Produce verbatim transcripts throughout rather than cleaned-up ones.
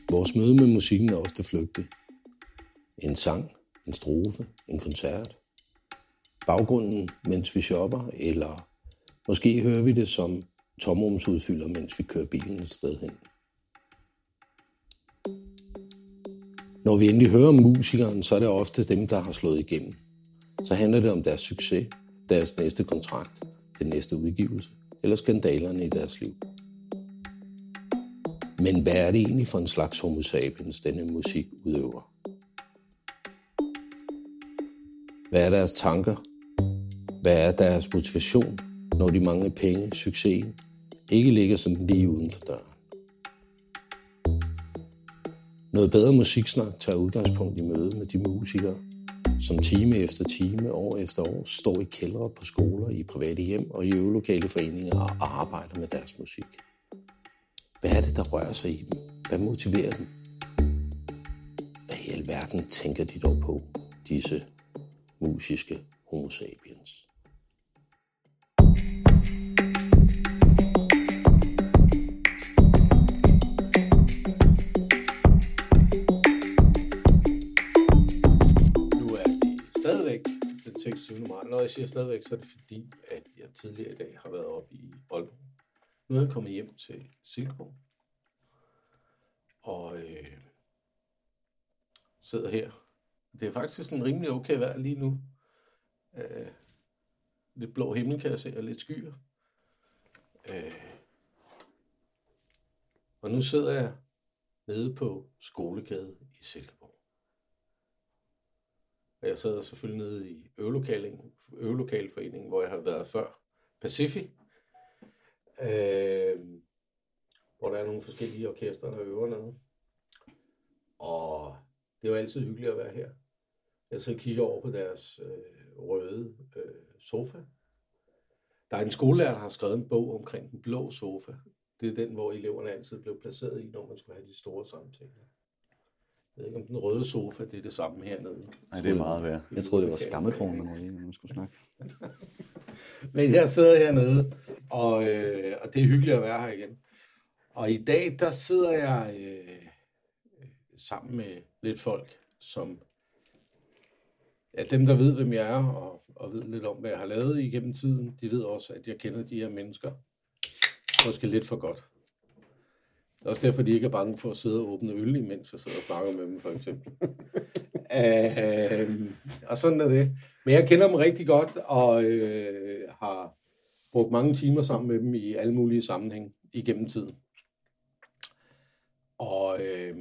Vores møde med musikken er ofte flygtig. En sang, en strofe, en koncert. Baggrunden, mens vi shopper, eller måske hører vi det som tomrumsudfylder, mens vi kører bilen et sted hen. Når vi endelig hører om musikeren, så er det ofte dem, der har slået igennem. Så handler det om deres succes, deres næste kontrakt, den næste udgivelse eller skandalerne i deres liv. Men hvad er det egentlig for en slags homo sapiens, denne musik udøver? Hvad er deres tanker? Hvad er deres motivation, når de mange penge, succesen, ikke ligger sådan lige uden for døren? Noget bedre musiksnak tager udgangspunkt i møde med de musikere, som time efter time, år efter år, står i kældre på skoler, i private hjem og i øvelokale foreninger og arbejder med deres musik. Hvad er det, der rører sig i dem? Hvad motiverer dem? Hvad i alverden tænker de dog på, disse musiske homo sapiens? Når jeg siger stadigvæk, så er det fordi, at jeg tidligere i dag har været oppe i Aalborg. Nu er jeg kommet hjem til Silkeborg. Og øh, sidder her. Det er faktisk en rimelig okay vejr lige nu. Øh, lidt blå himmel kan jeg se, og lidt skyer. Øh, og nu sidder jeg nede på Skolegade i Silkeborg. Og jeg sidder selvfølgelig nede i øvelokalforeningen, hvor jeg har været før. Pacific. Øh, hvor der er nogle forskellige orkestre, der øver nede. Og det er jo altid hyggeligt at være her. Jeg så kigger over på deres øh, røde øh, sofa. Der er en skolelærer, der har skrevet en bog omkring den blå sofa. Det er den, hvor eleverne altid blev placeret i, når man skulle have de store samtaler. Jeg ved ikke, om den røde sofa, det er det samme hernede. Nej, det er meget værd. Jeg troede, det var skammelkrogen, når man skulle snakke. Men jeg sidder hernede, og, øh, og det er hyggeligt at være her igen. Og i dag, der sidder jeg øh, sammen med lidt folk, som ja, dem, der ved, hvem jeg er, og, og ved lidt om, hvad jeg har lavet igennem tiden, de ved også, at jeg kender de her mennesker måske lidt for godt. Det er også derfor, de ikke er bange for at sidde og åbne øl, imens jeg sidder og snakker med dem, for eksempel. uh, og sådan er det. Men jeg kender dem rigtig godt, og øh, har brugt mange timer sammen med dem i alle mulige sammenhæng igennem tiden. Og øh,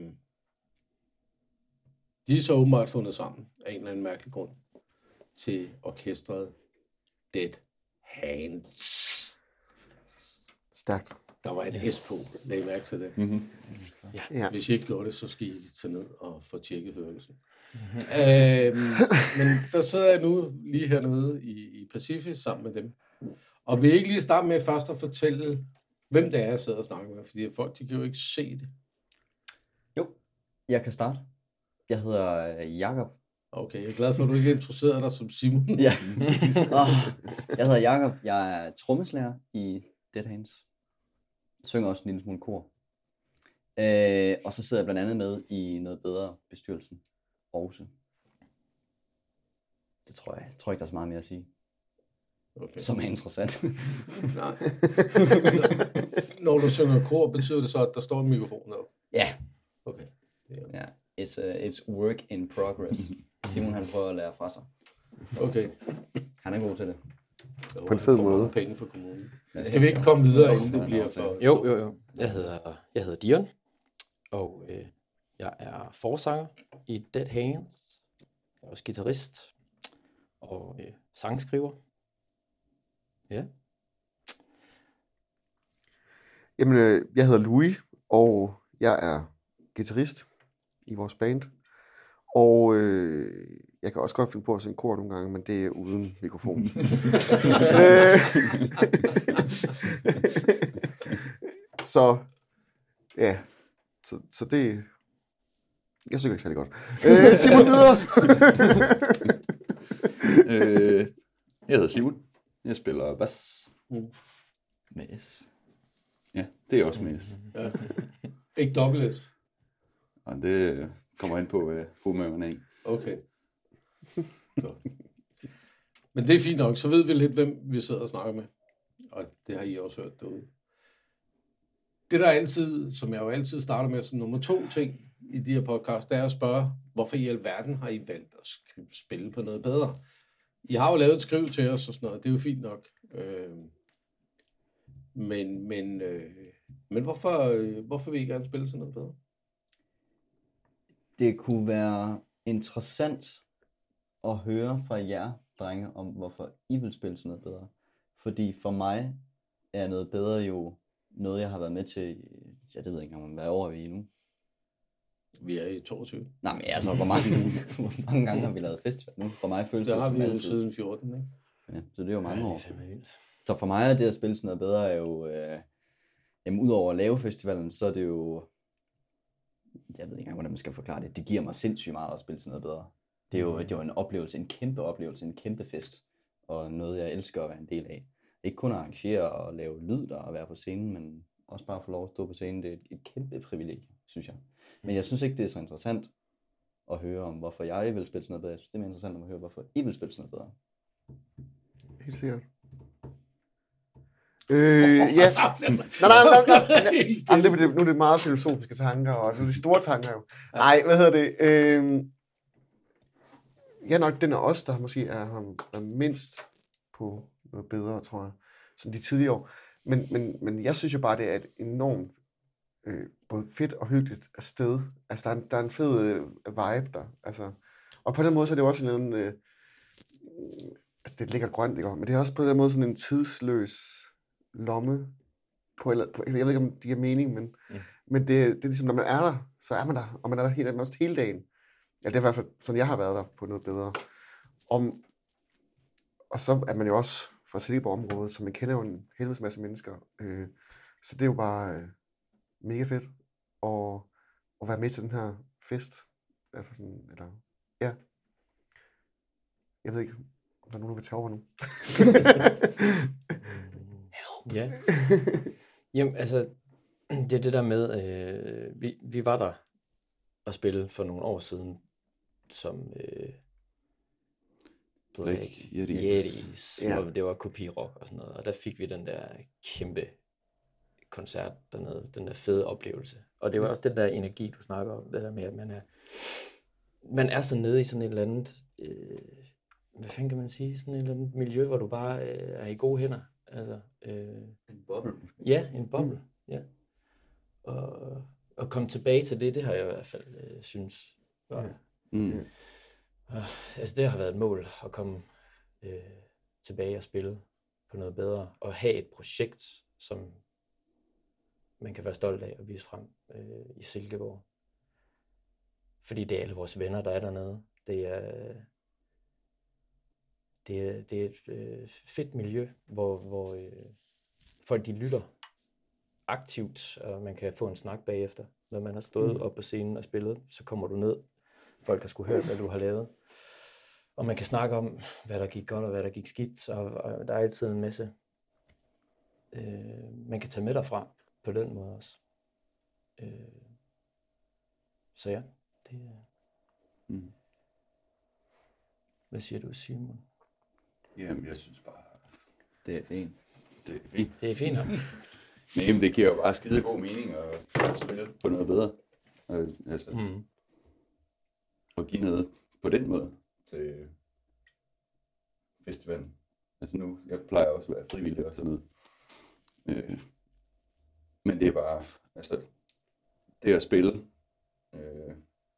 de er så åbenbart fundet sammen af en eller anden mærkelig grund til orkestret Dead Hands. Stærkt. Der var et yes. S på, lad I mærke til det. Mm-hmm. Ja. Hvis I ikke gjorde det, så skal I tage ned og få tjekket hørelsen. Mm-hmm. Øhm, men der sidder jeg nu lige hernede i, i Pacific sammen med dem. Og vil I ikke lige starte med først at fortælle, hvem det er, jeg sidder og snakker med? Fordi folk, de kan jo ikke se det. Jo, jeg kan starte. Jeg hedder Jakob. Okay, jeg er glad for, at du ikke introducerer dig som Simon. Ja. Oh, jeg hedder Jakob. Jeg er trommeslager i Dead Hands. Jeg synger også en lille smule kor. Øh, og så sidder jeg blandt andet med i Noget Bedre bestyrelsen. Også. Det tror jeg. Jeg tror ikke, der er så meget mere at sige. Okay. Som er interessant. Nej. Når du synger kor, betyder det så, at der står en mikrofon deroppe? Ja. Okay. Yeah. Ja. It's, uh, it's work in progress. Simon han prøver at lære fra sig. Okay. Han er god til det. Jo, på en fed måde. Penge for kommunen. Skal vi ikke komme videre, inden det bliver for... Jo, jo, jo. Jeg hedder, jeg hedder Dion, og øh, jeg er forsanger i Dead Hands. Jeg er også guitarist og øh, sangskriver. Ja. Jamen, øh, jeg hedder Louis, og jeg er guitarist i vores band. Og øh, jeg kan også godt finde på at synge kor nogle gange, men det er uden mikrofon. så, ja. Så, så det... Jeg synger ikke særlig godt. Øh, Simon videre! øh, jeg hedder Simon. Jeg spiller bass. Med S. Ja, det er også med S. Ja. Ikke dobbelt S. Og det kommer ind på, hvad humøren er i. Okay. Så. Men det er fint nok, så ved vi lidt, hvem vi sidder og snakker med. Og det har I også hørt derude. Det der altid, som jeg jo altid starter med som nummer to ting i de her podcast, det er at spørge, hvorfor i alverden har I valgt at skrive, spille på noget bedre? I har jo lavet et skriv til os og sådan noget, det er jo fint nok. Øh, men men, øh, men hvorfor, øh, hvorfor vil I gerne spille sådan noget bedre? Det kunne være interessant at høre fra jer, drenge, om hvorfor I vil spille sådan noget bedre. Fordi for mig er noget bedre jo noget, jeg har været med til, jeg det ved ikke engang, hvad år er vi i nu? Vi er i toogtyve. Nej, men altså, hvor mange, hvor mange gange har vi lavet festival nu? For mig føles det, det har som vi jo altid. siden fjorten, ikke? Ja, så det er jo mange Ja, år. det er fandme vildt. Så for mig er det at spille sådan noget bedre er jo, øh, jamen udover at lave festivalen, så er det jo, jeg ved ikke engang, hvordan man skal forklare det, det giver mig sindssygt meget at spille sådan noget bedre. Det er jo, det er jo en oplevelse, en kæmpe oplevelse, en kæmpe fest, og noget jeg elsker at være en del af. Ikke kun at arrangere og lave lyd der og være på scenen, men også bare få lov at stå på scenen, det er et, et kæmpe privilegie, synes jeg. Men jeg synes ikke, det er så interessant at høre om, hvorfor jeg vil spille sådan noget bedre. Jeg synes, det er mere interessant at høre, hvorfor I vil spille sådan noget bedre. Helt sikkert. Øh, ja. Nej, nej, nej, nej. Jamen, det, det, nu er det meget filosofiske tanker, og det er de store tanker jo. Nej, hvad hedder det? Øh, ja, nok den af os, der måske er, er mindst på noget bedre, tror jeg, som de tidligere år. Men, men, men jeg synes jo bare, det er et enormt øh, både fedt og hyggeligt sted. Altså, der er en, der er en fed øh, vibe der. Altså, og på den måde, så er det jo også en eller anden... Øh, altså, det er lækkert grønt, ikke? Men det er også på den måde sådan en tidsløs lomme. På, eller, på, jeg ved ikke, om det giver mening, men, mm. men det, det er ligesom, når man er der, så er man der. Og man er der hele, også hele dagen. Ja, det er i hvert fald sådan, jeg har været der på noget bedre. Om, og så er man jo også fra Silkeborg-området, så man kender jo en helvedes masse mennesker. Øh, så det er jo bare øh, mega fedt at, at være med til den her fest. Altså sådan, eller, ja. Jeg ved ikke, om der er nogen, der vil tage over nu. Ja. Jamen, altså, det er det der med, øh, vi, vi var der og spille for nogle år siden, som øh, Black Yetis. Yetis, Ja. hvor det var kopirok og sådan noget, og der fik vi den der kæmpe koncert dernede, den der fede oplevelse. Og det var også den der energi, du snakker om, det der med, at man er, man er så nede i sådan et eller andet, øh, hvad fanden kan man sige, sådan et eller andet miljø, hvor du bare øh, er i gode hænder. Altså, øh, En boble. ja, en boble, mm. ja. Og, og komme tilbage til det, det har jeg i hvert fald øh, synes var, Mm. øh, altså det har været et mål at komme øh, tilbage og spille på noget bedre, og have et projekt, som man kan være stolt af at vise frem øh, i Silkeborg. Fordi det er alle vores venner, der er dernede. Det er, det er, det er et øh, fedt miljø, hvor, hvor øh, folk de lytter aktivt, og man kan få en snak bagefter. Når man har stået mm. op på scenen og spillet, så kommer du ned. Folk har skulle høre, hvad du har lavet. Og man kan snakke om, hvad der gik godt og hvad der gik skidt, og, og der er altid en masse, øh, man kan tage med derfra på den måde også. Øh, så ja, det er... Mm. Hvad siger du, Simon? Jamen, jeg synes bare, Det er fint. det er fint. Det er fint nok. Nej, men det giver jo bare skide god mening at spille på noget bedre. Og, altså, Mm. og give noget på den måde til festivalen. Altså nu, jeg plejer også at være frivillig og sådan noget. Øh, men det er bare, altså, det at spille, øh,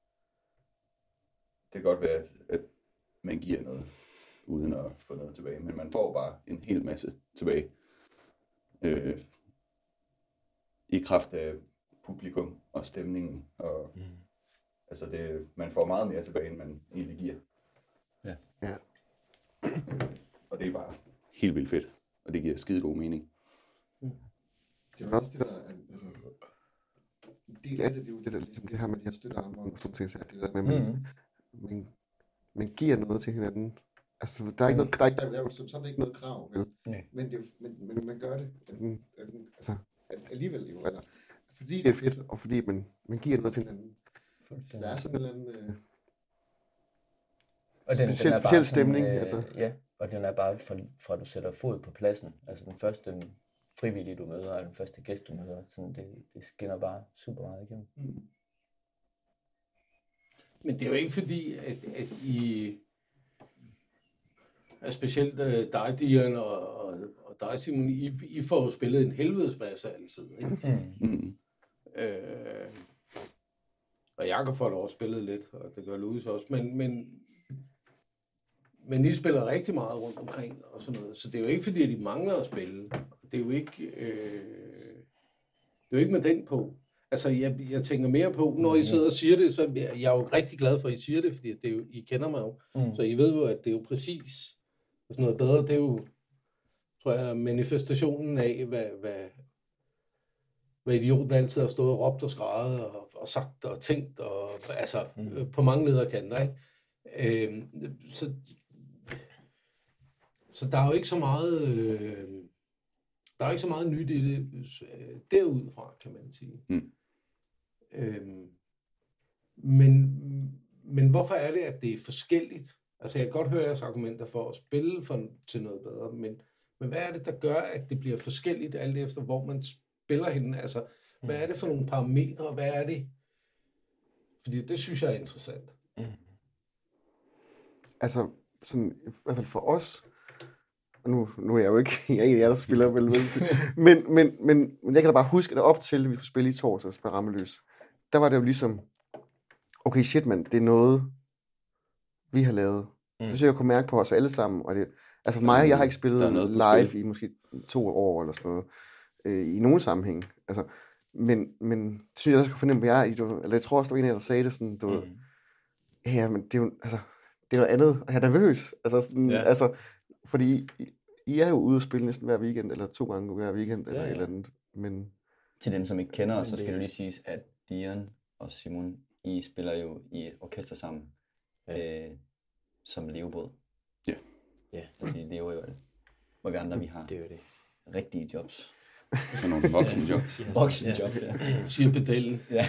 det kan godt være, at, at man giver noget, uden at få noget tilbage, men man får bare en hel masse tilbage. Øh, I kraft af publikum og stemningen, og Mm. altså det, man får meget mere tilbage, end man egentlig giver. Ja. Ja. Og det er bare helt vildt fedt, og det giver skide god mening. Det er også det, der er, altså, en del af det, det er jo det der, ligesom det her med de her støttearmbånd og sådan ting, så er det der med, at man, Mm. man, man giver noget til hinanden. Altså, der er ikke noget, der er, ikke, der er jo som sådan ikke noget krav, vel? Nej. Men, det, men, men man gør det, at den, at den, altså, at alligevel jo, eller, fordi det er fedt, og fordi man, man giver noget til hinanden. Så der er sådan en eller anden... Øh... Og den, Speciel- den er bare speciel sådan, stemning, øh, altså. Ja, og den er bare fra, fra du sætter fod på pladsen. Altså den første frivillige, du møder, og den første gæst, du møder. Sådan, det, det skinner bare super meget igennem. Mm. Men det er jo ikke fordi, at, at I... Er specielt uh, dig, Dian, og, og, og dig, Simon, I, I får jo spillet en helvedes masse altid, ikke? Mm. Mm. Øh, og Jakob får da også spillet lidt, og det gør Louis også, men, men, men I spiller rigtig meget rundt omkring og sådan noget, så det er jo ikke fordi, at I mangler at spille. Det er jo ikke, øh, det er jo ikke med den på. Altså, jeg, jeg tænker mere på, når I sidder og siger det, så jeg, jeg er jo rigtig glad for, at I siger det, fordi det er jo, I kender mig jo, Mm. så I ved jo, at det er jo præcis sådan noget bedre. Det er jo, tror jeg, manifestationen af, hvad, hvad, hvad idioten altid har stået og råbt og skreget og, og sagt og tænkt, og, altså Mm. øh, på mange lederkanter, ikke? Øh, så, så der er jo ikke så meget, øh, der er ikke så meget nyt i det øh, derudfra, kan man sige. Mm. Øh, men, men hvorfor er det, at det er forskelligt? Altså, jeg kan godt høre jeres argumenter for at spille for, til noget bedre, men, men hvad er det, der gør, at det bliver forskelligt, alt efter hvor man spiller henne? Altså, hvad er det for nogle parametre? Hvad er det? Fordi det synes jeg er interessant. Mm. Altså, sådan, i hvert fald for os, og nu, nu er jeg jo ikke jeg er en af jer, der spiller, vel, vel, men, men, men, men jeg kan da bare huske, at op til, at vi skulle spille i torsdags med Rammeløs, der var det jo ligesom, okay, shit, mand, det er noget, vi har lavet. Mm. Det synes jeg, jeg kunne mærke på os alle sammen. Og det, altså for mig, jeg har ikke spillet live i måske to år eller sådan noget, øh, i nogen sammenhæng. Altså, men, men det synes jeg også, jeg kunne fornemme på jer, I, du, eller jeg tror også, der var en af jer, der sagde det sådan, du, mm. ja, men det er jo, altså, det er noget andet, og jeg er nervøs. Altså, sådan, Ja. altså, fordi I, I er jo ude at spille næsten hver weekend, eller to gange hver weekend, eller Ja, ja. et eller andet. Men Til dem, som ikke kender os, så Men skal det- det lige siges, at Dian og Simon, I spiller jo i et orkester sammen, Ja. øh, som levebrød. Ja. Ja. Altså, vi lever jo af det. Hvor vi andre, vi har Det er jo det. rigtige jobs. Sådan nogle voksenjobs. Voksenjob, ja. Siger pedellen. ja.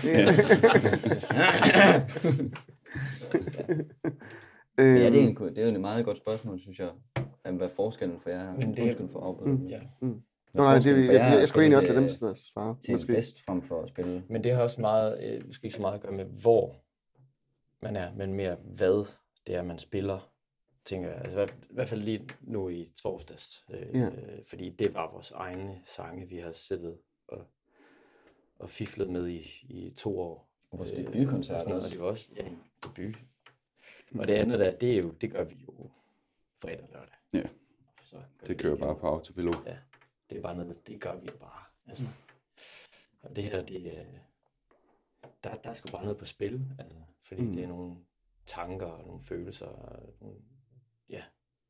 øh, Men ja, det er, en, det er jo et meget godt spørgsmål, synes jeg. Jamen, hvad er forskellen for jer? Men det er- Undskyld for afbrydelsen. Mm. Ja. Mm. Hvad Nå, er nej, det, forskellen jeg, for jeg, jer jeg, at jeg skulle egentlig også spille lade dem svare. til en Måske. fest frem for at spille? Men det har også meget, øh, måske ikke så meget at gøre med, hvor man er, men mere hvad det er, man spiller, tænker jeg. Altså i hvert- i hvert fald lige nu i torsdags. Øh, Ja. øh, fordi det var vores egne sange, vi har siddet og, og fiflet med i, i to år. Og vores Øh, debutkoncert og sådan noget, også. Og det var også ja, en debut. Og det andet der, det, er jo, det gør vi jo fredag og lørdag. Ja. Så gør Det vi kører ikke- bare på autopilot. Ja, det er bare noget, det gør vi jo bare. Altså. Og det her, det er, der, der er sgu bare noget på spil, altså, fordi mm. det er nogle tanker og nogle følelser. Og nogle, ja.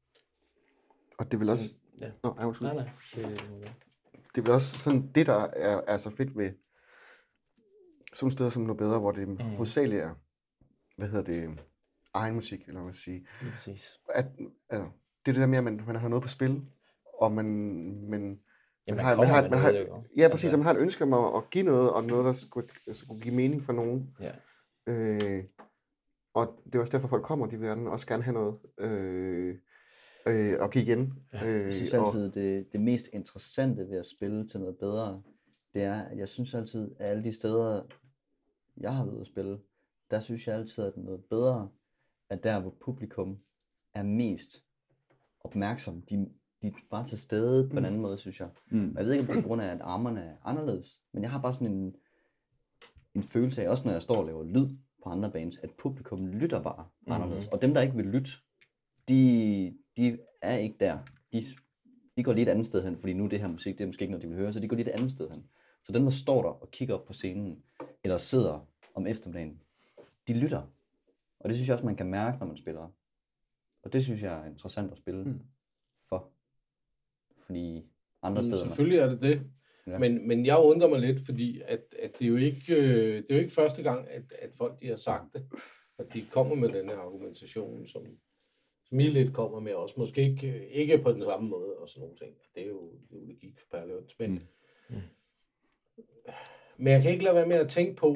Og det er vel også... Sådan, ja. Nå, ej, undskyld. Nej, nej. Det, ja. Det er vel også sådan det, der er, er så fedt ved sådan nogle steder som Noget Bedre, hvor det mm. hovedsageligt er, hvad hedder det, egen musik, eller hvad man skal sige. Lige præcis. At, altså, det er det der med, at man, man har noget på spil, og man, man, Ja, man, har- kommer har- med man har- noget, jo. ja, præcis, altså, man har et ønske om at, at give noget, og noget, der skulle, skulle give mening for nogen. Ja. Øh, og det er også derfor, folk kommer, de vil gerne, også gerne have noget øh, øh, og give igen. Øh, Jeg synes og, altid, det, det mest interessante ved at spille til noget bedre, det er, at jeg synes altid, at alle de steder, jeg har været at spille, der synes jeg altid, at noget bedre er der, hvor publikum er mest opmærksom. De, de er bare til stede på en anden måde, synes jeg. Mm. Og jeg ved ikke, om det er på grund af, at armerne er anderledes, men jeg har bare sådan en, en følelse af, også når jeg står og laver lyd på andre bands, at publikum lytter bare Mhm. anderledes. Og dem, der ikke vil lytte, de, de er ikke der. De, de går lige et andet sted hen, fordi nu det her musik, det er måske ikke noget, de vil høre, så de går lige et andet sted hen. Så dem, der står der og kigger op på scenen, eller sidder om eftermiddagen, de lytter. Og det synes jeg også, man kan mærke, når man spiller. Og det synes jeg er interessant at spille mm. for. Fordi andre steder... Selvfølgelig er det det. Ja. Men, men jeg undrer mig lidt, fordi at, at det, er jo ikke, øh, det er jo ikke første gang, at, at folk de har sagt det. At de kommer med den her argumentation, som, som I lidt kommer med også. Måske ikke, ikke på den samme måde og sådan nogle ting. Det er jo, det er jo logik for perlehøns. Men, Mm. mm. men jeg kan ikke lade være med at tænke på,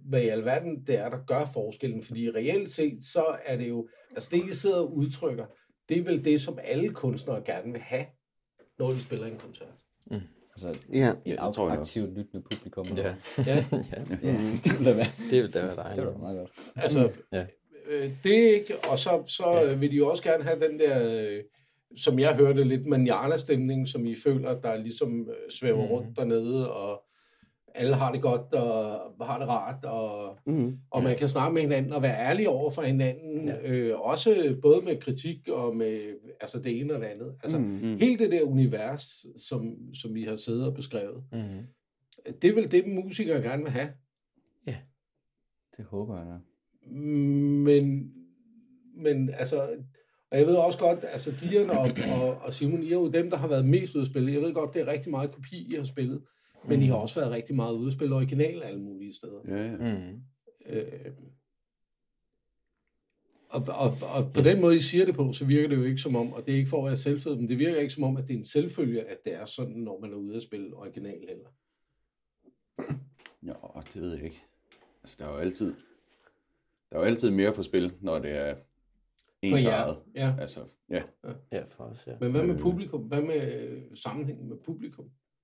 hvad i alverden det er, der gør forskellen. Fordi reelt set, så er det jo, altså det, I sidder og udtrykker, det er vel det, som alle kunstnere gerne vil have, når de spiller en koncert. Mm. Altså Ja. et det tror jeg aktivt lyttende publikum. Ja. Ja, ja. Det ville da være, Det vil da være det dejligt. ville da være meget godt. altså, Ja. øh, det er ikke, og så, så Ja. ja. vil de jo også gerne have den der, øh, som jeg hørte, lidt manjana-stemning, som I føler, der ligesom øh, svæver Mhm. rundt dernede, og alle har det godt, og har det rart, og, Mm. og man kan snakke med hinanden og være ærlig over for hinanden, Ja. øh, også både med kritik og med altså det ene og det andet. Altså, Mm. Mm. hele det der univers, som, som I har siddet og beskrevet, Mm-hmm. det er vel det, musikere gerne vil have. Det håber jeg da. Men, men altså, og jeg ved også godt, altså Dion og, og, og Simon, I er jo dem, der har været mest ude at spille. Jeg ved godt, det er rigtig meget kopi, I har spillet, men I har også været rigtig meget ude at spille original alle mulige steder. Ja, ja. Mm-hmm. Øh, og, og, og på den måde, I siger det på, så virker det jo ikke som om, og det er ikke for at være selvfød, men det virker ikke som om, at det er en selvfølge, at det er sådan, når man er ude at spille original heller. Jo, det ved jeg ikke. Altså, der er jo altid, der er jo altid mere på spil, når det er ens jer, eget. ja. Altså, ja. Ja, for os, ja. Men hvad med Øh. publikum? Hvad med øh, sammenhængen med publikum?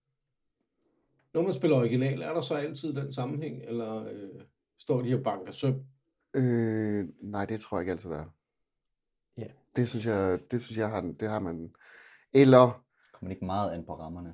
Når man spiller original, er der så altid den sammenhæng, eller øh, står de her banker søm? Øh, nej, det tror jeg ikke altid, der er. Ja. Det synes jeg, det synes jeg har, det har man. Eller, Kommer ikke meget an på rammerne.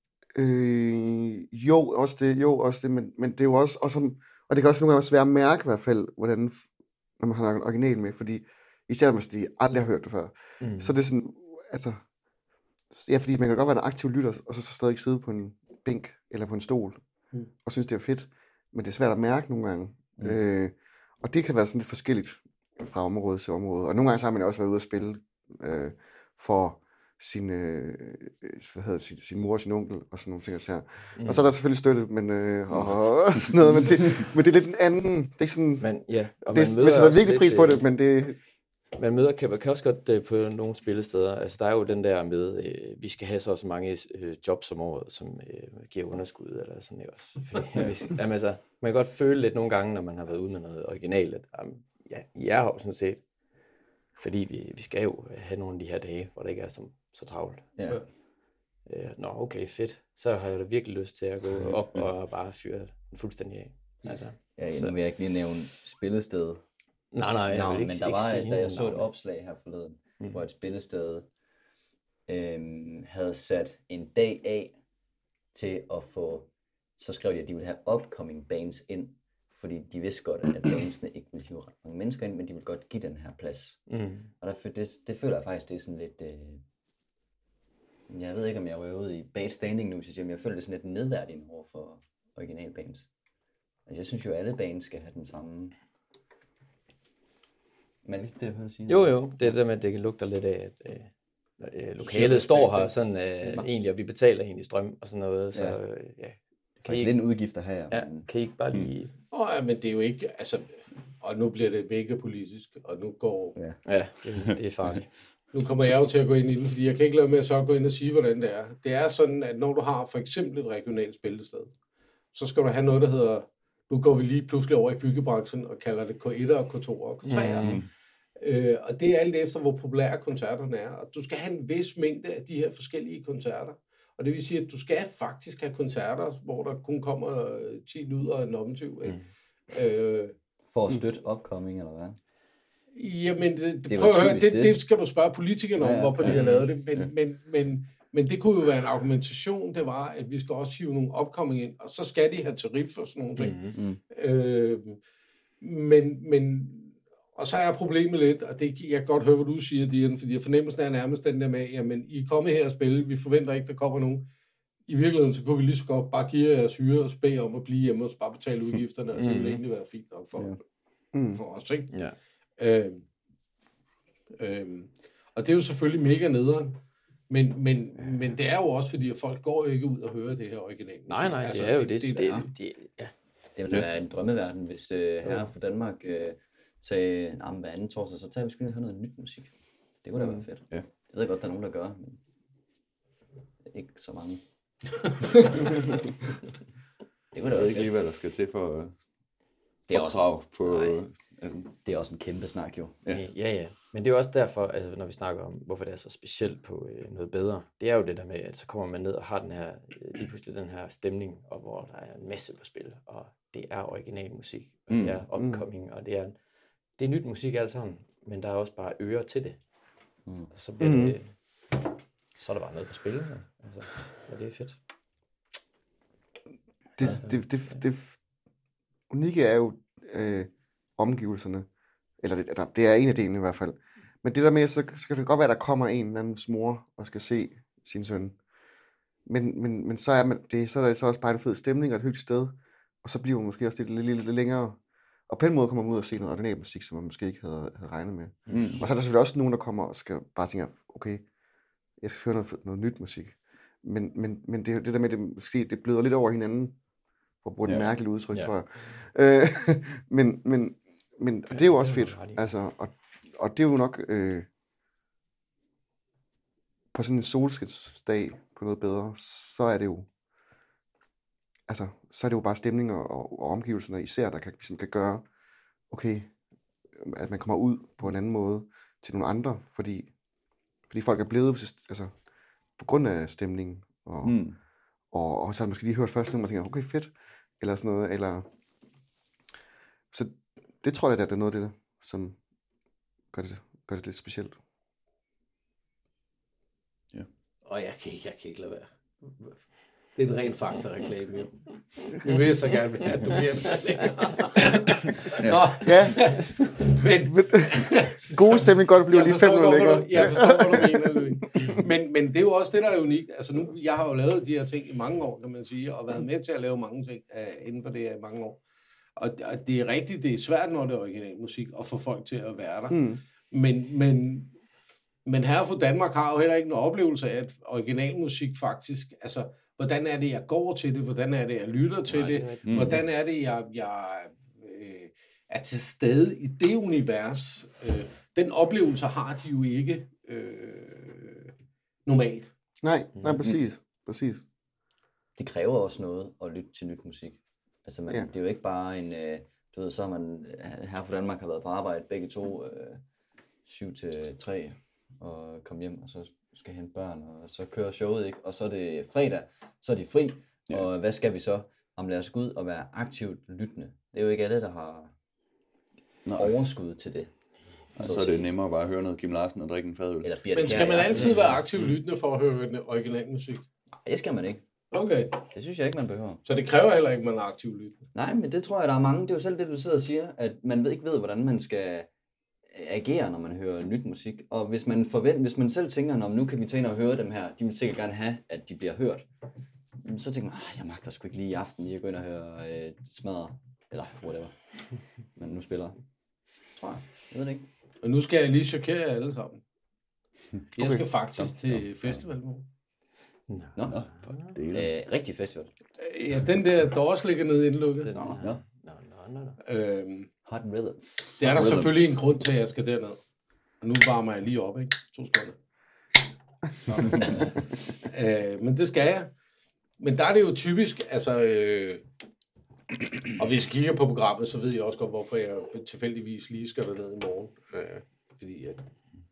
øh, jo, også det, jo, også det, men, men det er jo også, også som, og det kan også nogle gange være svært at mærke i hvert fald, hvordan, når man har en original med, fordi især hvis de aldrig har hørt det før, Mm. så er det sådan, altså, ja, fordi man kan godt være en aktiv lytter, og så, så stadig sidde på en bænk eller på en stol, Mm. og synes, det er fedt, men det er svært at mærke nogle gange. Mm. Øh, og det kan være sådan lidt forskelligt fra område til område. Og nogle gange så har man jo også været ude at spille øh, for sin, øh, hvad hedder det, sin, sin mor og sin onkel og sådan nogle ting. Og, mm. og så er der selvfølgelig støtte, men, øh, og, og sådan noget, men, det, men det er lidt en anden. Det er ikke sådan, Men, ja, og det, man man møder sætter også virkelig lidt, pris på øh, det, men det... Man møder kan, kan også godt øh, på nogle spillesteder, altså der er jo den der med, øh, vi skal have så også mange øh, jobs om året, som øh, giver underskud eller sådan noget også. Fordi, hvis, jamen, altså, man kan godt føle lidt nogle gange, når man har været ude med noget originalt, at jamen, ja, I er her jo sådan set, fordi vi, vi skal jo have nogle af de her dage, hvor det ikke er så, så travlt. Ja. Øh, nå, okay, fedt. Så har jeg da virkelig lyst til at gå op og bare fyre den fuldstændig af. Altså, Ja, så- nu vil jeg ikke lige nævne spillested. nej, nej, jeg navn, vil ikke, men der ikke var, sige da jeg så et navne. opslag her forleden, Mm. mm. hvor et spillested øhm, havde sat en dag af til at få, så skrev de, at de ville have upcoming bands ind, fordi de vidste godt, at bandsene ikke ville hive ret mange mennesker ind, men de ville godt give den her plads. Mm. Og der, det, det føler jeg faktisk, det er sådan lidt, øh, jeg ved ikke, om jeg var ude i bad standing nu, hvis jeg siger, men jeg føler det er sådan lidt nedværdigende over for original bands. Altså jeg synes jo, at alle bands skal have den samme. Men ikke det, jeg hørte sige. Jo, jo, det er det med, at det lugter lidt af, at øh, øh, lokalet Service står bag her det. sådan øh, egentlig, og vi betaler egentlig strøm og sådan noget, så Ja. øh, ja. Det Kan er I, lidt en udgift at have, ja, men kan I ikke bare lige... Åh, ja, men det er jo ikke, altså, og nu bliver det mega politisk, og nu går, ja. Ja, det, det er farligt. nu kommer jeg jo til at gå ind i den, fordi jeg kan ikke lade med at så gå ind og sige, hvordan det er. Det er sådan, at når du har for eksempel et regionalt spillested, så skal du have noget, der hedder, nu går vi lige pludselig over i byggebranchen og kalder det K et og K to og K tre. Mm. Øh, og det er alt efter, hvor populære koncerterne er. Og du skal have en vis mængde af de her forskellige koncerter. Og det vil sige, at du skal faktisk have koncerter, hvor der kun kommer øh, ti lyder af en omtyv. Ikke? Mm. Øh, For at støtte upcoming, eller hvad? Jamen, det, det, Det er jo prøv at høre, typisk det, det. det skal du spørge politikerne om, Ja, ja, hvorfor de ja. har lavet det. Men, men, men, men det kunne jo være en argumentation, det var, at vi skal også hive nogle opkomming ind, og så skal de have tarif og sådan nogle ting. Mm. Mm. Øh, men, men, og så er problemet lidt, og det, jeg kan godt høre, hvad du siger, Dian, fordi fornemmelsen er nærmest den der med, jamen, I er kommet her og spille, vi forventer ikke, der kommer nogen. I virkeligheden, så kunne vi lige så godt bare give jeres hyre og bede om at blive hjemme og bare betale udgifterne, og det ville Mm. egentlig være fint nok for, Ja. Mm. for os, ikke? Ja. Øhm, øhm, og det er jo selvfølgelig mega nederen, men, men, men det er jo også fordi, at folk går jo ikke ud og hører det her originale. Nej, nej, Altså, det er jo det. Det, det, der er. det, ja. Det ville da være en drømmeverden, hvis øh, her for Danmark øh, sagde, nah, hver anden torsdag, så tager vi sgu ned og høre noget nyt musik. Det kunne da være fedt. Ja. Det ved jeg godt, der er nogen, der gør, men ikke så mange. Det kunne da Jeg ved være ikke fedt. lige, hvad der skal til for, Det er også, opdrag på... nej. Altså, det er også en kæmpe snak jo. Ja. Ja, ja, ja. Men det er jo også derfor, altså, når vi snakker om, hvorfor det er så specielt på øh, noget bedre, det er jo det der med, at så kommer man ned og har den her, øh, lige pludselig den her stemning, og hvor der er en masse på spil, og det er original musik, og Mm. det er upcoming, og det er, det er nyt musik alt sammen, men der er også bare ører til det. Mm. Og så bliver Mm. det, så er der bare noget på spil, ja. Altså, og det er fedt. Det, det, det, det unikke er jo øh, omgivelserne. Eller det, der, det er en af delene i hvert fald. Men det der med, så, så kan det godt være, at der kommer en eller andens mor og skal se sin søn. Men, men, men så, er man, det, så er der så også bare en fed stemning og et hyggeligt sted. Og så bliver man måske også lidt, lidt, lidt, lidt længere. Og på den måde kommer man ud og se noget original musik, som man måske ikke havde, havde regnet med. mm. Og så er der selvfølgelig også nogen, der kommer og skal bare tænke, okay, jeg skal høre noget, noget nyt musik. Men, men, men det, det der med, det måske det bløder lidt over hinanden, for at bruge et Ja. mærkeligt udtryk, Ja. tror jeg. Øh, men, men, men det er jo også det har fedt. du ret i. Altså, og, og det er jo nok øh, på sådan en solskinsdag på noget bedre, så er det jo altså, så er det jo bare stemning og, og, og omgivelserne især, der kan, ligesom kan gøre, okay, at man kommer ud på en anden måde til nogle andre, fordi, fordi folk er blevet, altså, på grund af stemningen, og, Mm. og, og så har man måske lige hørt første nummer, og tænker, okay, fedt, eller sådan noget, eller, så det tror jeg, at det er noget af det, der, som gør det, gør det lidt specielt. Og jeg kan ikke, jeg kan ikke lade være. Det er en ren fakta-reklame, jo. Jeg vil så gerne vil have, at du bliver med længere. Nå, Ja, men... god stemning, godt, det bliver Jeg lige fem forstår minutter godt, hvad længere. du- Jeg forstår, hvad du mener, Louis. Men, men det er jo også det, der er unikt. Altså nu, jeg har jo lavet de her ting i mange år, kan man sige, og været med til at lave mange ting uh, inden for det her i mange år. Og, og det er rigtigt, det er svært, når det er original musik, at få folk til at være der. Mm. Men, men, men her for Danmark har jo heller ikke en oplevelse af, at original musik faktisk, altså, hvordan er det, jeg går til det? Hvordan er det, jeg lytter til Nej, det? det er rigtigt. Mm. Hvordan er det, jeg, jeg øh, er til stede i det univers? Øh, den oplevelse har de jo ikke øh, normalt. Nej, nej, præcis, præcis. Det kræver også noget at lytte til nyt musik. Altså, man, Ja. ja. det er jo ikke bare en, øh, du ved, så har man, her fra Danmark har været på arbejde, begge to, øh, syv til tre, og kom hjem, og så skal hente børn, og så kører showet, ikke? Og så er det fredag, så er de fri, Ja. og hvad skal vi så? Om lad os gå ud og være aktivt lyttende. Det er jo ikke alle, der har Nej. overskud til det. Og så er det nemmere bare at høre noget Kim Larsen og drikke en fadøl. Eller bliver Men det skal kære man i aften? altid være aktiv lyttende for at høre original musik? Nej, det skal man ikke. Okay, Det synes jeg ikke, man behøver. så det kræver heller ikke, at man er aktiv lyttende. Nej, men det tror jeg, der er mange. Det er jo selv det, du sidder og siger, at man ved ikke ved, hvordan man skal agere, når man hører nyt musik. Og hvis man, forvent, hvis man selv tænker, nu kan vi tage ind og høre dem her, de vil sikkert gerne have, at de bliver hørt. Så tænker man, jeg magter sgu ikke lige i aften lige at gå ind og høre øh, smadret, eller whatever, man nu spiller. Tror jeg. Jeg ved det ikke. Og nu skal jeg lige chokere jer alle sammen. Jeg Okay. skal faktisk til festival nu. Nå, Nå, Nå, for delen. øh, rigtig festival. Ja, den der Doors ligger nede indlukket. Den, Nå, nå, ja. nå, nå, nå. Øhm, Hot Rhythms. det er der Rhythms. selvfølgelig en grund til, at jeg skal derned. Og nu varmer jeg lige op, ikke? To sekunder. øh, men det skal jeg. Men der er det jo typisk, altså... Øh, og hvis I kigger på programmet, så ved jeg også godt, hvorfor jeg tilfældigvis lige skal derned i morgen. Øh, fordi at...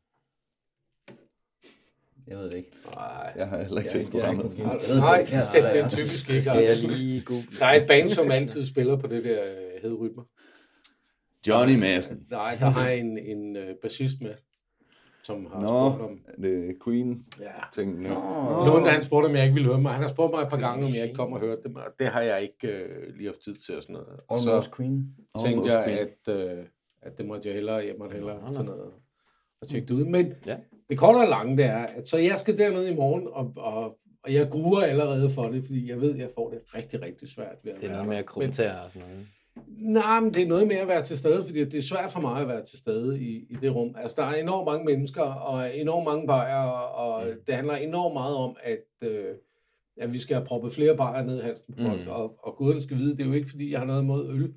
Jeg ved det ikke. Nej, Jeg har heller ikke Jeg- set programmet. jeg- jeg- jeg ved nej, ikke. Ja, det, ja, det ja. er typisk ikke. Skal jeg lige google? Der er et band, som altid spiller på det der øh, hedrytmer. Johnny Madsen. Nej, der har jeg en, en uh, bassist med, som har Nå, spurgt om... det er Queen Ja. ting nu. Nå. Nogen, da han spurgte, om jeg ikke ville høre mig. Han har spurgt mig et par gange, om jeg ikke kom og hørte dem, og det har jeg ikke uh, lige haft tid til og sådan noget. Og Almost så Queen. tænkte jeg, Almost at, uh, at det måtte jeg hellere, jeg måtte hellere Nå, nå. tage noget og tjekke det ud. Men Ja. det korte og lange, det er, at så jeg skal derned i morgen, og, og, og jeg gruer allerede for det, fordi jeg ved, at jeg får det rigtig, rigtig svært ved at Det er være noget med der. at kommentere og sådan noget. Nej, men det er noget med at være til stede, fordi det er svært for mig at være til stede i, i det rum. Altså, der er enormt mange mennesker, og enormt mange bajer, og Mm. det handler enormt meget om, at, øh, at vi skal have proppet flere bajer ned i halsen på folk, Mm. og, og guderne skal vide, det er jo ikke, fordi jeg har noget imod øl.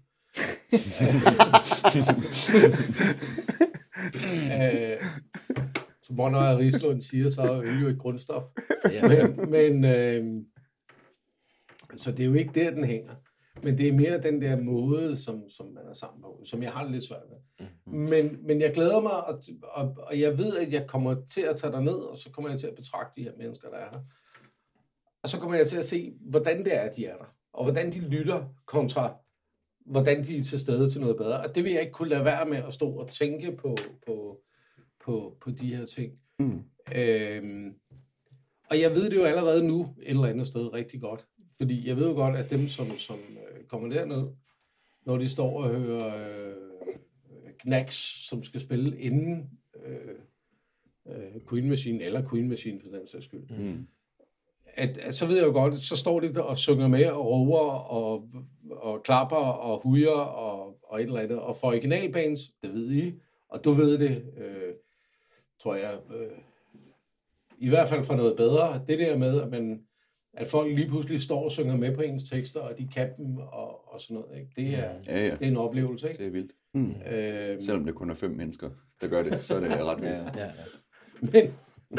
øh, som Monner og Rislund siger, så er øl jo et grundstof. Ja, Men, men øh, så det er jo ikke der, den hænger. Men det er mere den der måde, som, som man er sammen på, som jeg har det lidt svært med. Mm-hmm. Men, men jeg glæder mig, og, og, og jeg ved, at jeg kommer til at tage ned, og så kommer jeg til at betragte de her mennesker, der er her. Og så kommer jeg til at se, hvordan det er, de er der. Og hvordan de lytter kontra, hvordan de er til stede til noget bedre. Og det vil jeg ikke kunne lade være med at stå og tænke på, på, på, på de her ting. Mm. Øhm, og jeg ved det jo allerede nu et eller andet sted rigtig godt. Fordi jeg ved jo godt, at dem, som, som øh, kommer derned, når de står og hører øh, Knacks, som skal spille inden øh, øh, Queen Machine, eller Queen Machine for den sags skyld, mm. at, at så ved jeg jo godt, så står de der og synger med og råber og, og klapper og hujer og, og et eller andet. Og for originalbands, det ved I, og du ved det, øh, tror jeg, øh, i hvert fald fra noget bedre, det der med, at man at folk lige pludselig står og synger med på ens tekster, og de kan dem, og, og sådan noget. Ikke? Det, er, ja, ja. det er en oplevelse, ikke? Det er vildt. Mm. Øhm, Selvom det kun er fem mennesker, der gør det, så er det ret vildt. Ja, ja. Men,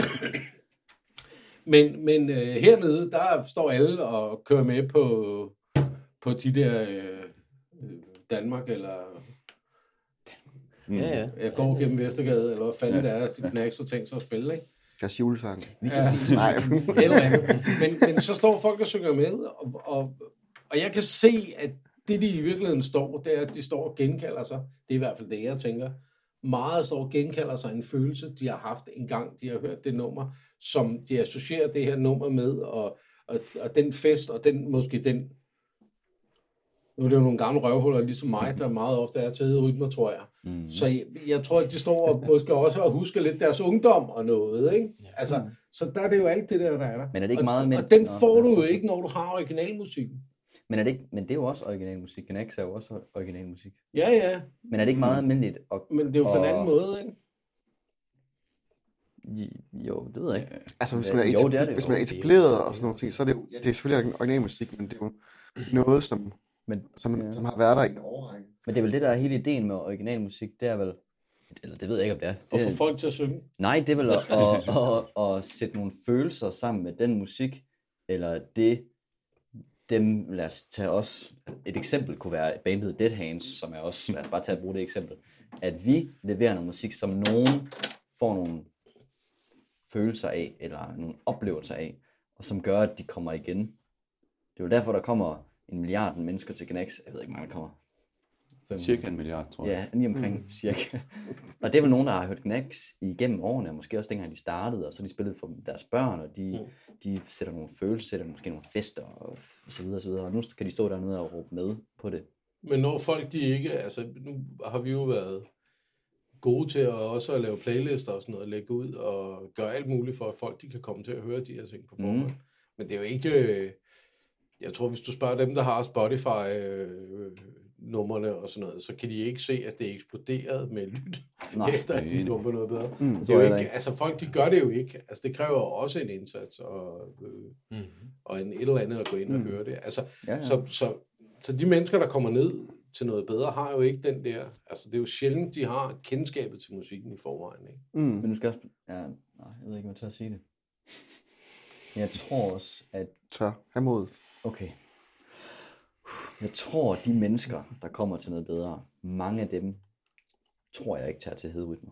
men, men øh, hernede, der står alle og kører med på, på de der øh, Danmark, eller mm. ja, ja. jeg går gennem Vestergade, eller hvad fanden ja. det er, de Knacks og tænkt sig at spille, ikke? Deres julesang. Ja, nej. Eller andet. Men, men så står folk og synger med, og, og, og jeg kan se, at det, de i virkeligheden står, det er, at de står og genkalder sig. Det er i hvert fald det, jeg tænker. Meget står og genkalder sig en følelse, de har haft en gang, de har hørt det nummer, som de associerer det her nummer med, og, og, og den fest, og den måske den... Nu er det jo nogle gamle røvhuller, ligesom mig, der meget ofte er til rytmer, tror jeg. Mm. Så jeg, jeg tror, at de står og måske også og husker lidt deres ungdom og noget, ikke? Altså, så der er det jo alt det der, der er der. Men er det ikke meget... Og, men... og den får du jo ikke, når du har originalmusikken. Men, er det ikke... men det er jo også originalmusik. Knacks er jo også originalmusik. Ja, ja. Men er det ikke meget almindeligt? Og... Men det er jo på en anden måde, ikke? Jo, det ved jeg ikke. Altså, hvis man er, etab- jo, det er, det. Hvis man er etableret og sådan nogle ting, så er det jo... Det er selvfølgelig originalmusik, men det er jo noget, som... Men, som, ja. som har været der i en årrække. Men det er vel det, der er hele ideen med originalmusik, det er vel, eller det ved jeg ikke, om det er. Det er at få folk til at synge? Nej, det er vel at, at, at, at, at sætte nogle følelser sammen med den musik, eller det, dem, lad os tage også, et eksempel kunne være bandet Dead Hands, som er også, lad os bare tage at bruge det eksempel, at vi leverer noget musik, som nogen får nogle følelser af, eller nogle oplevelser af, og som gør, at de kommer igen. Det er jo derfor, der kommer en milliard mennesker til Knacks. Jeg ved ikke, hvor mange der kommer. Fem. Cirka en milliard, tror jeg. Ja, lige omkring mm. cirka. Og det er vel nogen, der har hørt Knacks igennem årene, og måske også dengang de startede, og så de spillede for deres børn, og de, mm. de sætter nogle følelser, sætter måske nogle fester, og, og så videre, og så videre. Og nu kan de stå dernede og råbe med på det. Men når folk, de ikke, altså nu har vi jo været gode til at også at lave playlister og sådan noget, lægge ud og gøre alt muligt for, at folk de kan komme til at høre de her ting på forhånd. Mm. Men det er jo ikke... Jeg tror, hvis du spørger dem, der har Spotify-numrene og sådan noget, så kan de ikke se, at det eksploderede med lyt, Nej, efter at de kom på noget bedre. Mm, det er jo ikke, ikke. Altså, folk, de gør det jo ikke. Altså, det kræver også en indsats og, øh, mm. og en et eller andet at gå ind og mm. høre det. Altså, ja, ja. Så, så, så de mennesker, der kommer ned til noget bedre, har jo ikke den der... Altså, det er jo sjældent, de har kendskabet til musikken i forvejen, ikke? Mm. Men du skal også... Ja, nej, jeg ved ikke, hvad jeg tør at sige det. Jeg tror også, at... Tør. Have mod. Okay. Jeg tror, de mennesker, der kommer til noget bedre, mange af dem, tror jeg ikke tager til Hederytmer.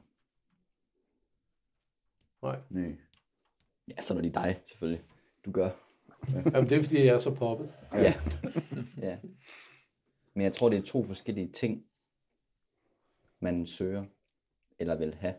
Nej. Nej. Ja, så er det dig, selvfølgelig. Du gør. Ja. Jamen, det er, fordi jeg er så poppet. Ja. Ja. Men jeg tror, det er to forskellige ting, man søger, eller vil have.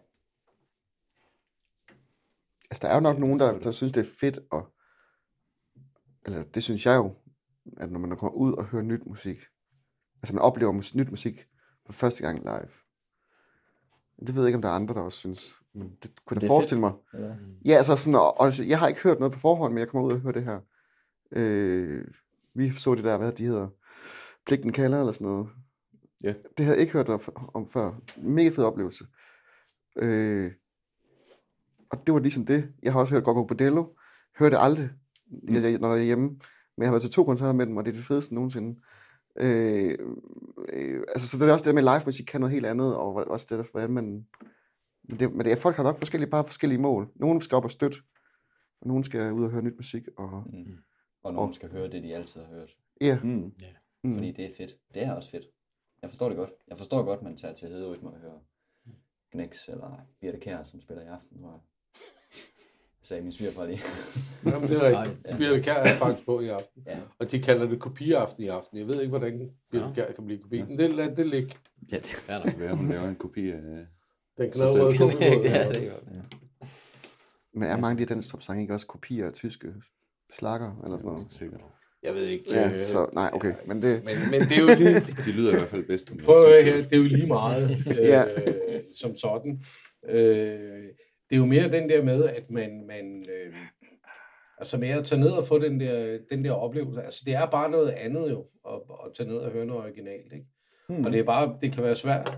Altså, der er jo nok nogen, der, der synes, det er fedt, og eller det synes jeg jo, at når man kommer ud og hører nyt musik, altså man oplever mus- nyt musik for første gang live. Det ved jeg ikke, om der er andre, der også synes, men det kunne jeg forestille mig. Eller? Ja, altså sådan, og, og jeg har ikke hørt noget på forhånd, men jeg kommer ud og hører det her. Øh, vi så det der, hvad de hedder, Pligten kalder eller sådan noget. Yeah. Det har jeg ikke hørt om, om før. Mega fed oplevelse. Øh, og det var ligesom det. Jeg har også hørt Gogo Bordello. Hørte aldrig, mm. jeg, når jeg er hjemme. Men jeg har været til to koncerter med dem, og det er det fedeste nogensinde. Øh, øh, altså, så det er også det med live musik kan noget helt andet, og også det der, hvordan man... Men, det, men det er, folk har nok forskellige, bare forskellige mål. Nogle skal op og støtte, og nogle skal ud og høre nyt musik. Og, mm. og nogle og, skal høre det, de altid har hørt. Ja. Mm. Yeah. Mm. Fordi det er fedt. Det er også fedt. Jeg forstår det godt. Jeg forstår godt, man tager til Hederytme og hører Gnex eller Birte Kjær, som spiller i aften, hvor sagde min svigerfar lige. Jamen, det er rigtigt. Ja. Birte Kjær er faktisk på i aften. Ja. Og de kalder det kopiaften i aften. Jeg ved ikke, hvordan Birte Kjær kan blive kopi. Men det lader det ligge. Ja, det er nok være, hun laver en kopi af den knaldrøde kopimåde. Ja, det er godt. Ja. Men er mange af de danske sange ikke også kopier af tyske slakker eller sådan noget? Sikkert. Jeg ved ikke. Ja, øh, så nej, okay. Men det... Men, men det er jo lige... De lyder i hvert fald bedst. Prøv at høre her, det er jo lige meget øh, ja. som sådan. Øh, det er jo mere den der med, at man... man øh, altså med at tage ned og få den der, den der oplevelse. Altså det er bare noget andet jo, at, at tage ned og høre noget originalt, ikke? Hmm. Og det er bare... Det kan være svært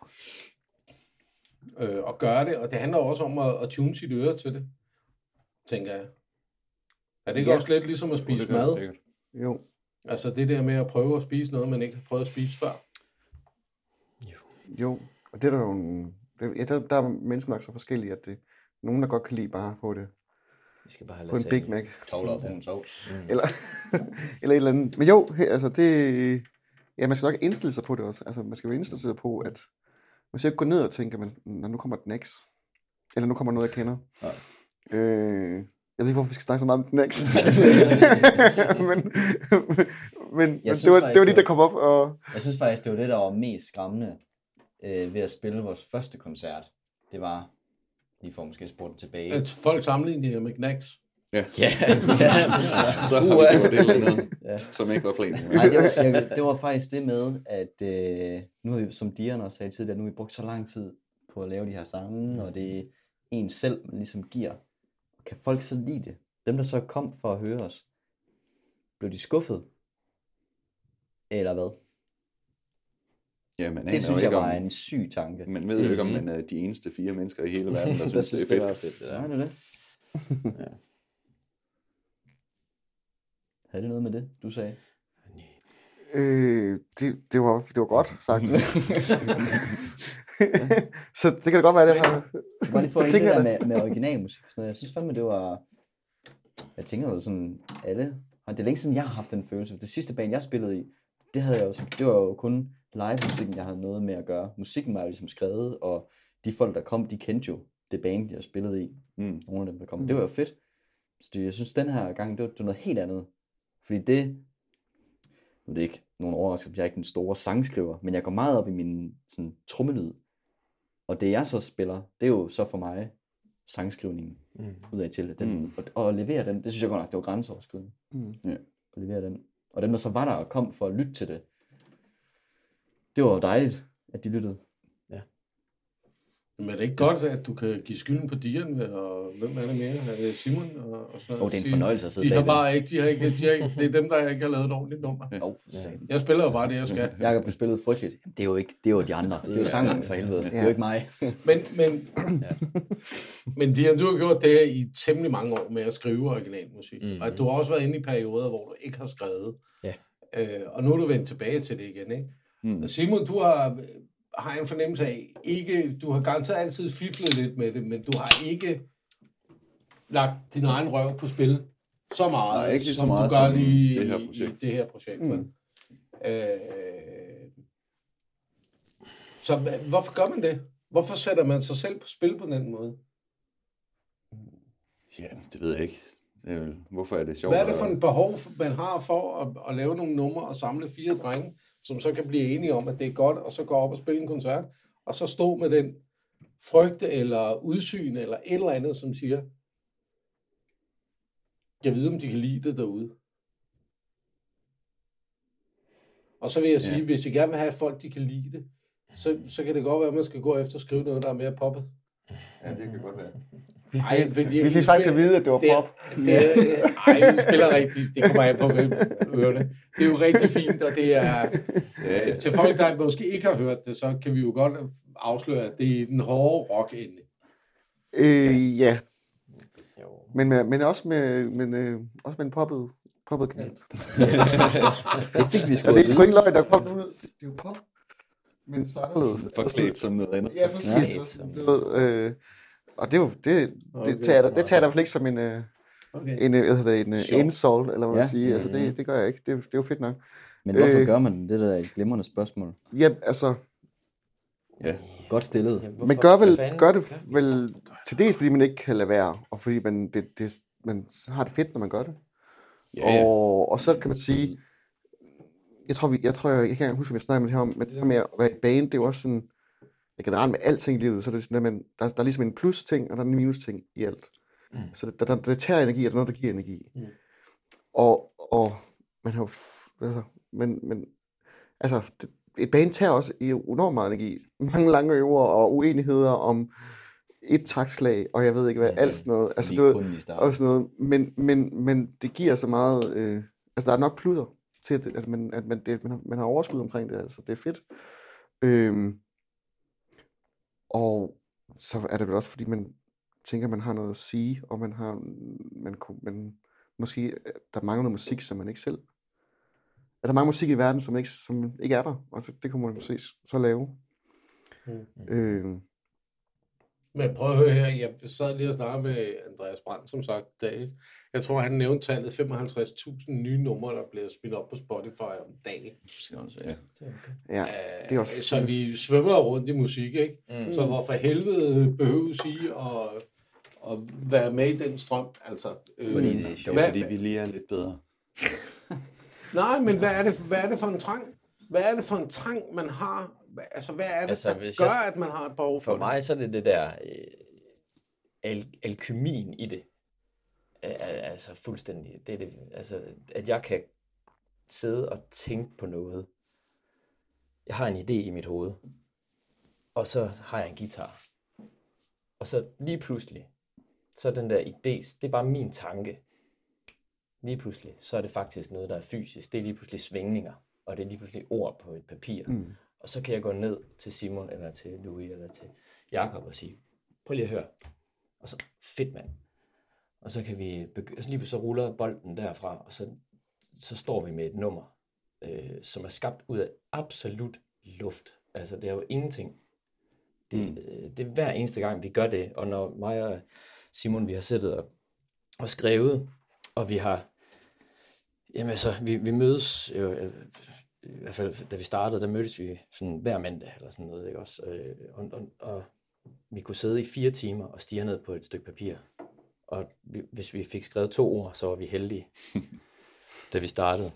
øh, at gøre det, og det handler også om at, at tune sit øre til det, tænker jeg. Er det ikke ja. også lidt ligesom at spise mad? Sikkert. Jo. Altså det der med at prøve at spise noget, man ikke har prøvet at spise før. Jo. Jo, og det er der jo en, ja, der, der er mennesker nok så forskellige, at det nogen, der godt kan lide bare at få det Vi skal bare have på en Big Mac. Tavler og brun sovs. Mm. Eller, eller et eller andet. Men jo, altså det... Ja, man skal nok indstille sig på det også. Altså man skal jo indstille sig på, at man skal ikke gå ned og tænke, at når nu kommer den X. Eller nu kommer noget, jeg kender. Ja. Øh, Jeg ved ikke, hvorfor vi skal snakke så meget om den X. men men, men det var, det var lige, der kom op. Og... Jeg synes faktisk, det var det, der var mest skræmmende øh, ved at spille vores første koncert. Det var, lige for måske spurgt tilbage. At folk sammenligner med Gnax. Ja. Ja, ja. Så har vi gjort det eller noget, ja. Som ikke var planen. Nej, det var, jeg, det var faktisk det med, at øh, nu har vi, som Dian også sagde tidligere, nu har vi brugt så lang tid på at lave de her sange, og det er en selv, man ligesom giver. Kan folk så lide det? Dem, der så kom for at høre os, blev de skuffet? Eller hvad? Ja, man det synes jeg var om, en syg tanke. Man ved jo mm-hmm. ikke, om man er de eneste fire mennesker i hele verden, der, der synes, synes, det er fedt. fedt det der. Ja, det er det. Ja. Havde det noget med det, du sagde? Øh, det, det, var, det var godt sagt. Så det kan det godt være, det har... Jeg var lige for at det der med, med originalmusik. Så jeg synes fandme, det var... Jeg tænker jo sådan, alle... Og det er længe siden, jeg har haft den følelse. Det sidste band, jeg spillede i, det, havde jeg jo, det var jo kun live-musikken, jeg havde noget med at gøre. Musikken var jo ligesom skrevet, og de folk, der kom, de kendte jo det band, jeg spillede i. Mm. Nogle af dem, der kom. Mm. Det var jo fedt. Så det, jeg synes, den her gang, det var, det var noget helt andet. Fordi det... Nu er det ikke nogen overraskelse, jeg er ikke den store sangskriver, men jeg går meget op i min sådan, trommelyd. Og det jeg så spiller, det er jo så for mig sangskrivningen mm. ud af til. Den, mm. og, og at levere den, det synes jeg godt nok, det var grænseoverskridende. Mm. Ja. At levere den. Og dem, der så var der og kom for at lytte til det, det var jo dejligt, at de lyttede. Ja. Men er det ikke godt, at du kan give skylden på Dian, og hvem er det mere? Er det Simon? Og, og sådan noget? Oh, det er en fornøjelse at sidde de har bare ikke, de har ikke, de har ikke, det er dem, der ikke har lavet et ordentligt nummer. Oh, ja. Jeg spiller jo bare det, jeg skal. Jakob, du spillede frygteligt. Det er jo ikke, det er jo de andre. Det er jo sangen for helvede. Ja. Det er jo ikke mig. men, men, ja. men Dian, du har gjort det her i temmelig mange år med at skrive originalmusik. Mm-hmm. Og du har også været inde i perioder, hvor du ikke har skrevet. Ja. Øh, og nu er du vendt tilbage til det igen, ikke? Mm. Og Simon, du har... har en fornemmelse af, ikke, du har garanteret altid fiflet lidt med det, men du har ikke lagt din egen røv på spil så meget, Nej, ikke som så meget du gør som lige det her projekt. i det her projekt. Mm. Øh, så hvorfor gør man det? Hvorfor sætter man sig selv på spil på den måde? Ja, det ved jeg ikke. Det er, hvorfor er det sjovt? Hvad er det for et behov, man har for at, at lave nogle numre og samle fire drenge, som så kan blive enige om, at det er godt, og så gå op og spille en koncert, og så stå med den frygt eller udsyn eller et eller andet, som siger, jeg ved, om de kan lide det derude. Og så vil jeg sige, ja. hvis I gerne vil have folk, de kan lide det, så, så kan det godt være, at man skal gå efter at skrive noget, der er mere poppet. Ja, det kan godt være. Vi fik, Ej, fordi, vi fik faktisk at vide, at det var pop. Det, det, ej, vi spiller rigtigt. Det kommer an på ørerne. Det er jo rigtig fint, og det er... Øh, til folk, der måske ikke har hørt det, så kan vi jo godt afsløre, at det er den hårde rock-ende. Øh, ja. Men, med, men også med, men, øh, også med en poppet, poppet knald. Det fik vi sgu. Det er sgu ikke løgn, der kom ud. Det er jo pop. Men så anderledes. Forklædt som noget andet. Ja, præcis. Det ved, øh, og det, det, det, okay. det tager jeg det tager jeg da ikke som en, okay. en, hvad hedder det, en insult, eller hvad man ja. siger. Altså, det, det gør jeg ikke. Det, det er jo fedt nok. Men hvorfor Øh. gør man det? Det der er et glimrende spørgsmål. Ja, altså, Ja. Godt stillet. Ja, hvorfor- man gør, vel, hvad fanden gør det vi vel til dels, fordi man ikke kan lade være, og fordi man, det, det, man har det fedt, når man gør det. Ja, ja. Og, og så kan man sige, jeg tror, vi, jeg, tror jeg, jeg kan ikke engang huske, om jeg snakker med det her om, men det der med at være i band, det er jo også sådan, ja, generelt med alting i livet, så er det sådan, at man, der, der er ligesom en plus-ting, og der er en minus-ting i alt. Mm. Så det, der, der, det tager energi, og der er noget, der giver energi. Mm. Og, og man har jo, f- altså, men, men, altså, det, et band tager også enormt meget energi. Mange lange øver og uenigheder om et taktslag, og jeg ved ikke hvad, alt sådan noget. Altså, Vi du er ved, kun lige startet. og sådan noget. Men, men, men det giver så meget, øh, altså der er nok plutter til, at, det, altså, man, at man, det, man, har, man har overskud omkring det, altså det er fedt. Øhm, og så er det vel også, fordi man tænker, man har noget at sige, og man har, man, kunne- man måske, der mangler noget musik, som man ikke selv, at der er mange musik i verden, som ikke, som ikke er der, og det, det kunne man måske så lave. Mm. Øhm, Men prøv at høre her, jeg sad lige og snakkede med Andreas Brandt, som sagt, i dag. Jeg tror, han nævnte tallet femoghalvtreds tusind nye numre, der bliver spillet op på Spotify om dagen. Ja. ja, det er også, Så vi svømmer rundt i musik, ikke? Mm. Så hvorfor helvede behøves I at, at være med i den strøm? Altså, øh, Fordi det er sjovt. hvad, Fordi vi lige er lidt bedre. Nej, men hvad er, det, hvad er det for en trang? Hvad er det for en trang, man har? Hvad- Altså, hvad er det, Altså, altså, der hvis gør, jeg- at man har et behov for For mig så er det det der øh, al- alkymien i det. Er, er, altså fuldstændig. Det er det, altså, at jeg kan sidde og tænke på noget. Jeg har en idé i mit hoved. Og så har jeg en guitar. Og så lige pludselig, så er den der idé, det er bare min tanke. Lige pludselig, så er det faktisk noget, der er fysisk. Det er lige pludselig svingninger. Og det er lige pludselig ord på et papir. Mm. Og så kan jeg gå ned til Simon, eller til Louis, eller til Jakob og sige, prøv lige at høre. Og så, fedt mand. Og så kan vi, begy- så lige så ruller bolden derfra, og så, så står vi med et nummer, øh, som er skabt ud af absolut luft. Altså, det er jo ingenting. Det, mm. øh, det er hver eneste gang, vi gør det, og når mig og Simon, vi har siddet og, og skrevet, og vi har, jamen altså, vi, vi mødes jo, øh, i hvert fald da vi startede, der mødtes vi sådan hver mandag, eller sådan noget, ikke også? Øh, og, og, og vi kunne sidde i fire timer og stirre ned på et stykke papir. Og vi, hvis vi fik skrevet to ord, så var vi heldige, da vi startede.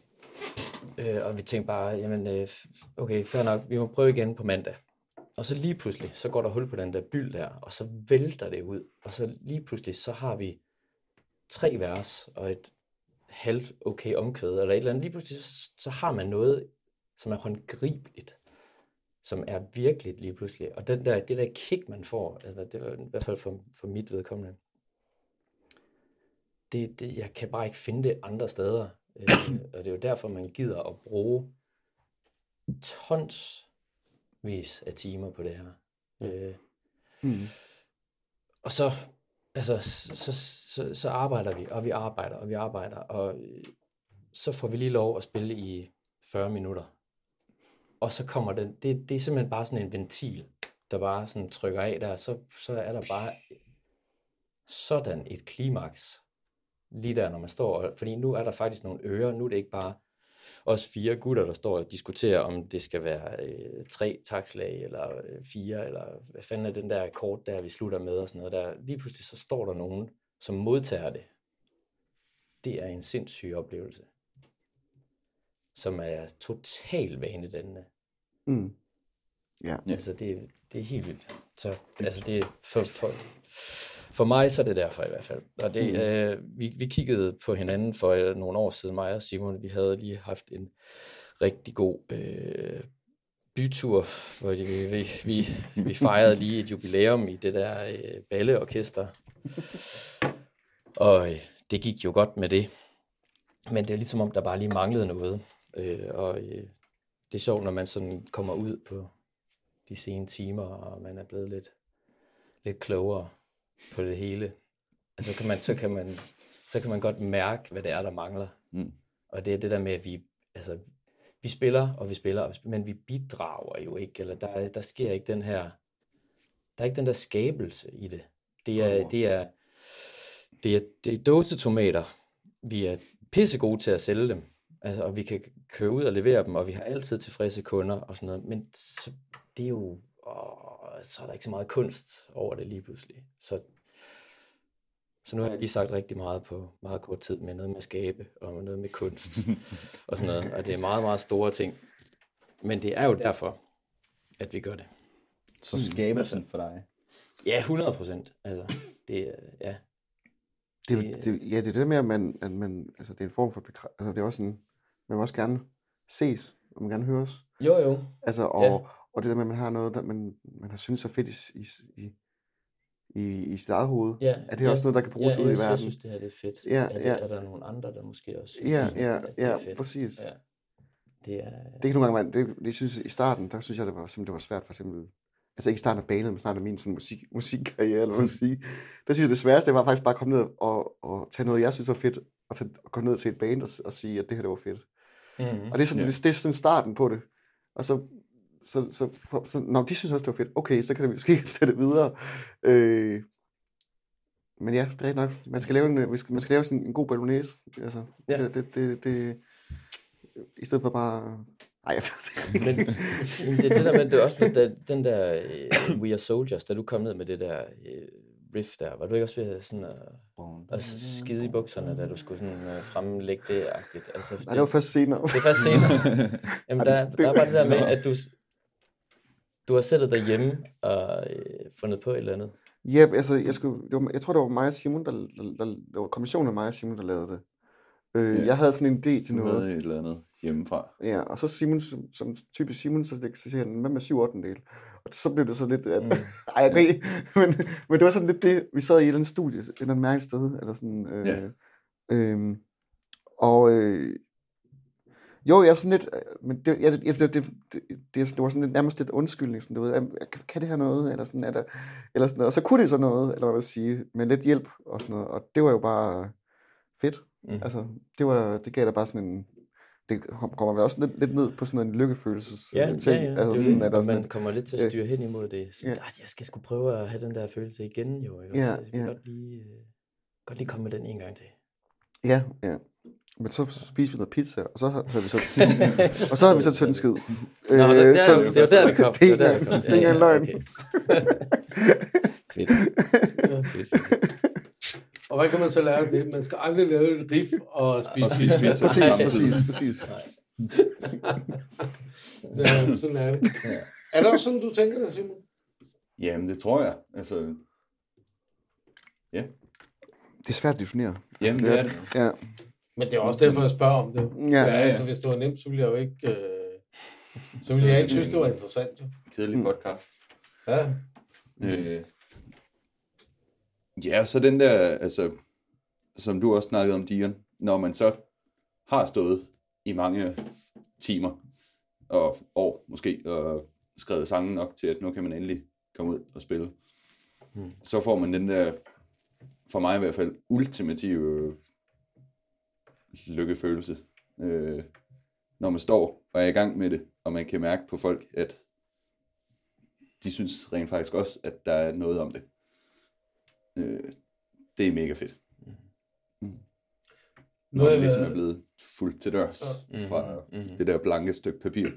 Øh, og vi tænkte bare, jamen, øh, okay, fair nok, vi må prøve igen på mandag. Og så lige pludselig, så går der hul på den der byld der, og så vælter det ud. Og så lige pludselig, så har vi tre vers og et halvt okay omkvæd, eller et eller andet. Lige pludselig, så, så har man noget, som er håndgribeligt, som er virkelig lige pludselig. Og den der, det der kick, man får, altså det var i hvert fald for, for mit vedkommende, det, det, jeg kan bare ikke finde det andre steder. Øh, og det er jo derfor, man gider at bruge tonsvis af timer på det her. Øh, mm. Og så, altså, så, så, så, så arbejder vi, og vi arbejder, og vi arbejder, og øh, så får vi lige lov at spille i fyrre minutter. Og så kommer den, det, det er simpelthen bare sådan en ventil, der bare sådan trykker af der, så, så er der bare sådan et klimaks, lige der, når man står, og, fordi nu er der faktisk nogle ører, nu er det ikke bare os fire gutter, der står og diskuterer, om det skal være øh, tre takslag, eller øh, fire, eller hvad fanden er den der akkord der, vi slutter med, og sådan noget der. Lige pludselig så står der nogen, som modtager det. Det er en sindssyg oplevelse, som er totalt vanedannende. Mm. Ja. Altså, det, det er helt vildt. Så, altså, det er for, for, for mig, så er det derfor i hvert fald. Og det, mm. øh, vi, vi kiggede på hinanden for øh, nogle år siden, mig og Simon. Vi havde lige haft en rigtig god øh, bytur, hvor vi, vi, vi, vi fejrede lige et jubilæum i det der øh, balleorkester. Og øh, det gik jo godt med det. Men det er ligesom om, der bare lige manglede noget. Øh, og øh, det er sjovt, når man sådan kommer ud på de sene timer, og man er blevet lidt, lidt klogere på det hele. Altså kan man, så, kan man, så kan man godt mærke, hvad det er, der mangler. Mm. Og det er det der med, at vi, altså, vi spiller, og vi spiller, og vi spiller, men vi bidrager jo ikke. Eller der, der sker ikke den her, der er ikke den der skabelse i det. Det er, oh. det er, det er, det er dåsetomater. Vi er pisse gode til at sælge dem. Altså, og vi kan køre ud og levere dem, og vi har altid tilfredse kunder og sådan noget. Men så, det er jo, åh, så er der ikke så meget kunst over det lige pludselig. Så, så nu har jeg lige sagt rigtig meget på meget kort tid med noget med skabe og noget med kunst og sådan noget. Og det er meget, meget store ting. Men det er jo derfor, at vi gør det. Så skabelsen for dig? Ja, hundrede procent. Altså, det er, ja. Det, det, det, ja, det er det med, at man, at man altså det er en form for bekræ- altså det er også en, man vil også gerne ses, og man vil gerne høres. Jo, jo. Altså, og, Ja. og det der med, at man har noget, der man, man har syntes er fedt i, i, i, i sit eget hoved, Ja, er det også noget, der kan bruges ja, ud i jeg, verden? Jeg synes, det her det er fedt. Ja, er, det, ja. er der nogle andre, der måske også synes, Ja, at ja, det ja, er fedt? præcis. Ja. Det er... Det er ikke nogle gange, man, det, det synes, i starten, der synes jeg, det var, simpelthen, det var svært, for eksempel, altså ikke i starten af banen, men starten af min sådan, musik, musikkarriere, eller hvad man sige. Der synes jeg, det sværeste, det var faktisk bare at komme ned og, og tage noget, jeg synes var fedt, og, tage, og komme ned til et band og, og sige, at det her, det var fedt. Mm-hmm. Og det er sådan, Ja. det, det er sådan starten på det. Og så, så, så, så, så når de synes også, det var fedt, okay, så kan det måske tage det videre. Øh, men ja, det er rigtigt nok. Man skal lave en, man skal lave sådan en god bolognese. Altså, Ja. det, det, det, det, i stedet for bare... Ej, jeg ved det ikke. Men, men det er det der med, det er også med den, den der uh, We Are Soldiers, da du kom ned med det der uh, riff der, var du ikke også ved sådan at, at skide i bukserne, da du skulle sådan uh, fremlægge det-agtigt? Altså, Nej, det var først senere. Det er først senere. Jamen, der, der er bare det der med, at du, du har sættet dig hjemme og uh, fundet på et eller andet. Ja, altså, jeg, skulle, det var, jeg tror, det var mig og Simon, der, der, der, der var kombinationen af mig og Simon, der lavede det. Øh, Ja. Jeg havde sådan en idé til Du noget. havde et eller andet hjemmefra. Ja, og så Simon, som, som typisk Simon, så, det, så siger han, hvad med syv ottendel? Og så blev det så lidt, at, mm. ej, jeg kan ikke, men, men det var sådan lidt det, vi sad i et eller andet studie, et eller andet mærkeligt sted, eller sådan, øh, Ja. øh, og øh, jo, jeg er sådan lidt, øh, men det, ja, det, det, det, det, det, det var sådan lidt, nærmest lidt undskyldning, sådan, du ved, kan, kan det her noget, eller sådan, er der, eller sådan noget, og så kunne det så noget, eller hvad jeg vil sige, med lidt hjælp og sådan noget, og det var jo bare fedt, Mm. altså, det var, det gav der bare sådan en, det kommer vel også lidt, lidt ned på sådan en lykkefølelses Ja, ting. ja, ja. Altså Det er sådan, det. at der Og sådan, man kommer lidt til at styre hen imod det. Så, Ja. ja. Jeg skal sgu prøve at have den der følelse igen, jo. Ikke? Ja, Så jeg vil ja. godt, lige, øh, godt lige komme med den en gang til. ja, ja. Men så spiste vi noget pizza, og så havde vi så, og så havde vi så tynd skid. Nå, det, det, er, det var der, det kom. Det er Det var der, ikke det kom. det er ikke engang løgn. okay. Fedt. Ja, fedt, fedt, fedt. Og hvad kan man så lære af det? Man skal aldrig lave et riff og spise Og spise pizza Præcis, samtidig. præcis, præcis. Ja, sådan er det. Er det også sådan, du tænker det, Simon? Jamen, det tror jeg. Altså, Det er svært at definere. jamen, det er det. Ja, Men det er også derfor, jeg spørger om det. ja, Ja, ja. altså, hvis det var nemt, så ville jeg jo ikke... Øh, så ville jeg ikke synes, det var interessant. Jo. Kedelig podcast. Ja. Øh, ja, så den der, altså, som du også snakkede om, Dion, når man så har stået i mange timer og år måske, og skrevet sange nok til, at nu kan man endelig komme ud og spille, Mm. så får man den der, for mig i hvert fald, ultimative lykkefølelse, øh, når man står og er i gang med det, og man kan mærke på folk, at de synes rent faktisk også, at der er noget om det. Øh, det er mega fedt. Nu Når har man jeg ligesom er været- blevet fuldt til dørs Mhm, fra mhm. det der blanke stykke papir.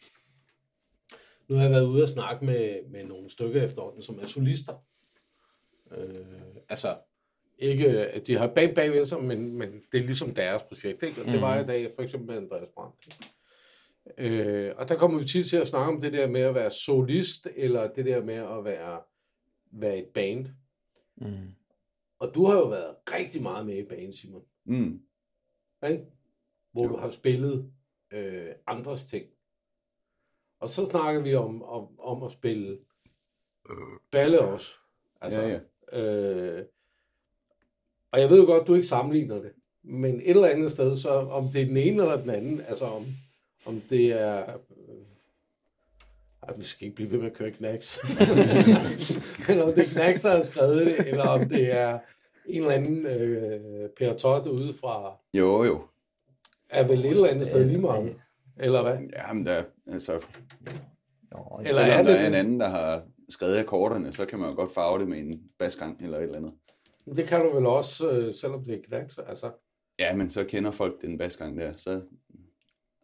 Nu har jeg været ude og snakke med, med nogle stykker efterhånden, som er solister. Øh, altså, ikke, at de har band bagved sig, men, men det er ligesom deres projekt. Ikke? Og det var i dag for eksempel med Andreas Brandt. Øh, og der kommer vi tit til at snakke om det der med at være solist, eller det der med at være, være et band. Mm. Og du har jo været rigtig meget med i band, Simon. Mm. Ikke? Hvor Jo. du har spillet øh, andres ting. Og så snakker vi om, om, om at spille balle også. Altså, Ja, ja. Øh, og jeg ved jo godt, du ikke sammenligner det. Men et eller andet sted, så om det er den ene eller den anden, altså om, om det er... Øh, ej, vi skal ikke blive ved med at køre knacks. Eller om det er knacks, der har skrevet det, eller om det er en eller anden øh, Per Todt ude fra... Jo, jo. Er vel et eller andet sted lige meget. Eller hvad? Jamen, der, altså, Nå, Eller selvom er der det er en det? anden, der har skrevet akkorderne, så kan man jo godt farve det med en basgang eller et eller andet. Det kan du vel også, øh, selvom det er knacks, altså. Ja, men så kender folk den basgang der, så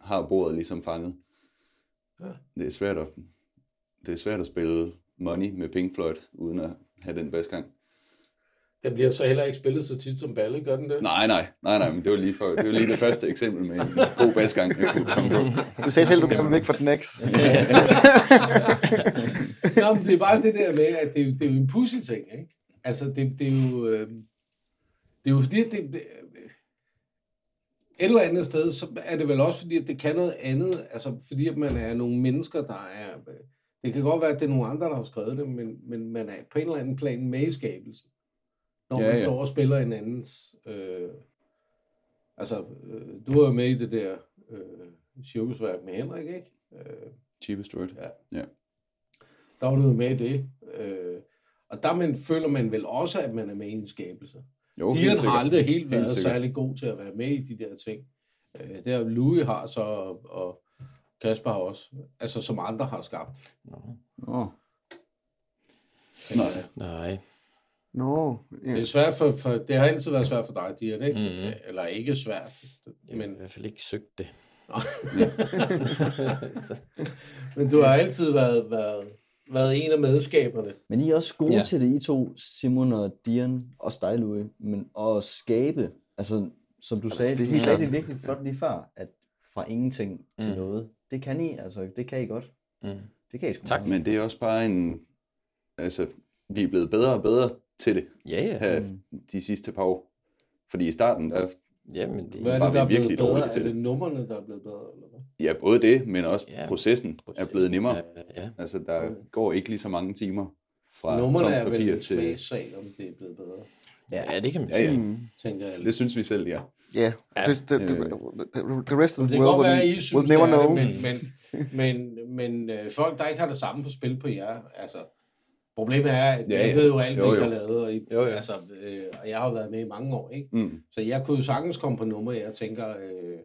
har bordet ligesom fanget. Ja. Det er svært at, det er svært at spille Money med Pink Floyd, uden at have den basgang. Den bliver så heller ikke spillet så tit som Balle, gør den det? Nej, nej, nej, nej, men det var lige, for, det, var lige det første eksempel med en god basgang, jeg kunne komme på. Du sagde selv, du gerne vil væk fra den X. Nå, men det er bare det der med, at det, det er jo en pudsig ting, ikke? Altså, det, det er jo... Øh, det er jo fordi, at det, det... Et eller andet sted, så er det vel også fordi, at det kan noget andet. Altså, fordi at man er nogle mennesker, der er... Det kan godt være, at det er nogle andre, der har skrevet det, men, men man er på en eller anden plan med i skabelsen. Når ja, man står ja. og spiller en andens... Øh, altså, øh, du var jo med i det der øh, cirkusværk med Henrik, ikke? Øh, Cheapest Word. Ja. ja. Der var du jo med i det. Øh, og der man, føler man vel også, at man er med i en skabelse. Jo, de har aldrig helt været helt særlig god til at være med i de der ting. Øh, der Louis har så, og, og Kasper har også. Altså, som andre har skabt. Nå. Nå. Nej. Nej. Nå. Ja. Det er svært for, for, det har altid været svært for dig, Dian, ikke? Mm-hmm. Eller ikke svært. Men jeg har i hvert fald ikke søgt det. Men du har altid været, været, været en af medskaberne. Men I er også gode Ja. ja. til det, I to, Simon og Dian, også dig, Louis, men at skabe, altså som du Altså, sagde, det er du helt sagde klart. det virkelig flot lige før, at fra ingenting til Mm. noget, det kan I, altså det kan I godt. Mm. Det kan I sgu Tak. meget. Men det er også bare en... Altså, vi er blevet bedre og bedre til det Ja, ja. her de sidste par år. Fordi i starten, der Jamen, det Hvad er var det, vi der er blevet virkelig bedre? dårlige Er til det det. numrene, der er blevet bedre? Eller hvad? ja, både det, men også Ja, processen er blevet nemmere. Ja, ja. Altså, der går ikke lige så mange timer fra Numrene tomt er vel papir en til... smagssag, om det er blevet bedre, ja, det kan man Ja, sige. ja. Mm. tænker jeg. Det synes vi selv, ja. Ja, det, det, det, Øh. the rest of Det the kan godt world være, at I will, synes, will det never er know. det, men, men, men, men øh, folk, der ikke har det samme på spil på jer, altså, problemet er, at Ja, jeg ja. ved jo alt, hvad Jo, I jo. har lavet, og, I, Jo, jo. Altså, øh, og jeg har jo været med i mange år, ikke? Mm. Så jeg kunne jo sagtens komme på numre, jeg tænker, øh,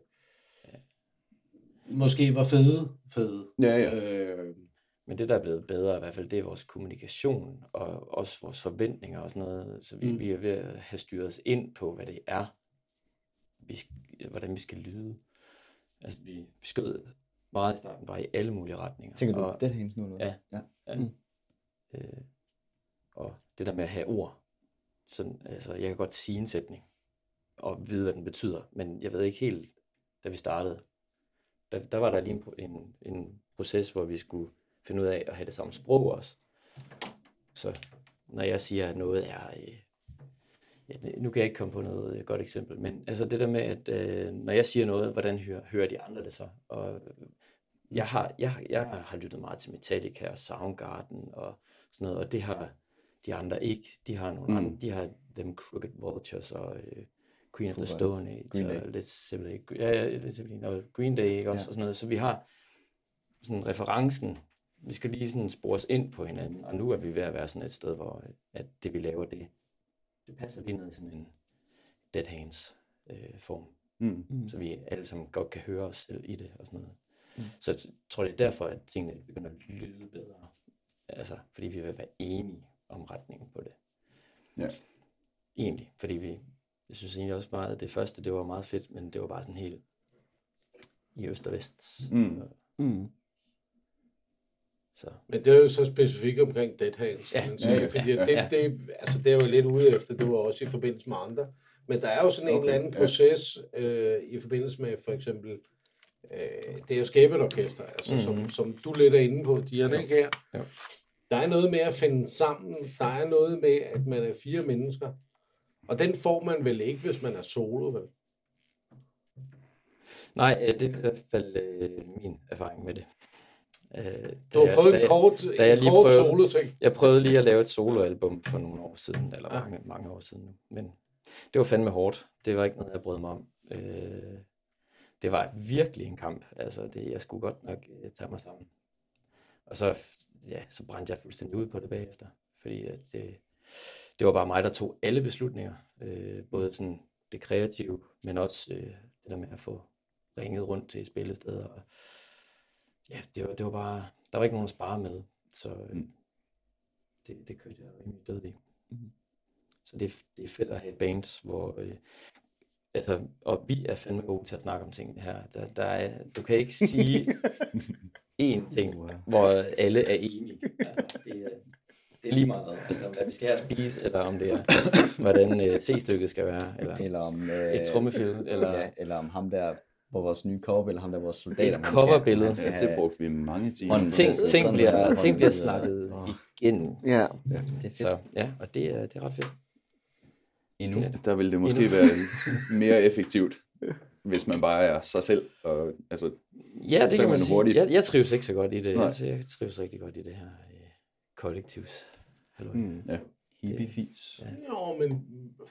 måske var fede, fede. Ja, ja. Øh, Men det, der er blevet bedre i hvert fald, det er vores kommunikation og også vores forventninger og sådan noget. Så vi, Mm. vi er ved at have styret os ind på, hvad det er, vi skal, hvordan vi skal lyde. Altså, vi skød meget i starten bare i alle mulige retninger. Tænker du, og, det er hendes nu? Eller? Ja. ja. Ja. Mm. Øh, og det der med at have ord. Sådan, altså, jeg kan godt sige en sætning og vide, hvad den betyder, men jeg ved ikke helt, da vi startede. Der, der var der lige en, pro- en, en proces, hvor vi skulle finde ud af at have det samme sprog også. Så når jeg siger, at noget er... Øh, ja, nu kan jeg ikke komme på noget øh, godt eksempel, men altså det der med, at øh, når jeg siger noget, hvordan hører, hører de andre det så? Og øh, jeg har, jeg, jeg har lyttet meget til Metallica og Soundgarden og sådan noget, og det har de andre ikke. De har nogle Mm. mm. andre, de har Them Crooked Vultures og øh, Queen of the Foo Stone Age Green og Day. Led Zeppelin, ja, ja, Led Zeppelin og Green Day, ikke også, Ja. og sådan noget. Så vi har sådan referencen, vi skal lige sådan spore os ind på hinanden, og nu er vi ved at være sådan et sted, hvor at det vi laver, det, det passer lige ned i sådan en Dead Hands øh, form, Mm. mm. så vi alle sammen godt kan høre os selv i det og sådan noget. Mm. Så jeg tror, det er derfor, at tingene begynder at lyde bedre. Altså, fordi vi vil være enige om retningen på det. Ja. Egentlig, fordi vi, jeg synes egentlig også meget, at det første, det var meget fedt, men det var bare sådan helt i øst og vest. Mm. Mm. Så Men det er jo så specifikt omkring Dead Hands, Ja. kan man sige. Ja, ja, Fordi ja, det, ja. det, altså, det er jo lidt ude efter, det var også i forbindelse med andre. Men der er jo sådan en Okay, eller anden ja. proces øh, i forbindelse med for eksempel, øh, det er jo skabe et orkester, altså, mm-hmm. som, Mhm. som du lidt er inde på, Diana, ikke her? Jo. Der er noget med at finde sammen, der er noget med, at man er fire mennesker. Og den får man vel ikke, hvis man er solo, vel? nej, øh, det er i hvert fald øh, min erfaring med det. Øh, da Du har jeg- prøvet da en jeg- kort, da jeg en lige kort prøvede- solo-ting. Jeg prøvede lige at lave et soloalbum for nogle år siden, eller Ja. mange, mange år siden nu. Men det var fandme hårdt. Det var ikke noget, jeg brød mig om. Øh, det var virkelig en kamp. Altså, det, jeg skulle godt nok øh, tage mig sammen. Og så, ja, så brændte jeg fuldstændig ud på det bagefter. Fordi at det, det var bare mig, der tog alle beslutninger. Øh, både sådan det kreative, men også øh, det der med at få ringet rundt til spillesteder. Og, ja, det var, det var bare, der var ikke nogen at spare med. Så øh, Mm. det, det kørte jeg rimelig død i. Mm. Så det, er- det er fedt at have bands, hvor, øh, altså, og vi er fandme gode til at snakke om tingene her. Der, der er, du kan ikke sige én ting, hvor alle er enige. Altså, det, er, det er lige meget, altså om hvad vi skal have at spise, eller om det er, hvordan øh, C-stykket skal være, eller, Eller om, øh, et trummefilm, eller ja, eller om ham der, hvor vores nye cover, eller ham der, vores soldater. et coverbillede. Ja, det brugte vi mange timer. Hånden- Ting, Sådan ting, noget. bliver, ting bliver Hånden- snakket Åh. igen. Ja, Det er fedt. Så ja, og det er, det er ret fedt. Endnu. Der ville det måske Endnu. være mere effektivt, hvis man bare er sig selv. Og, altså, Ja, det så kan man man sige. hurtigt- Jeg, jeg trives ikke så godt i det. Nej. Jeg, jeg trives rigtig godt i det her øh, kollektivs. Halløj. mm. Hippiefis. Ja. Jo, men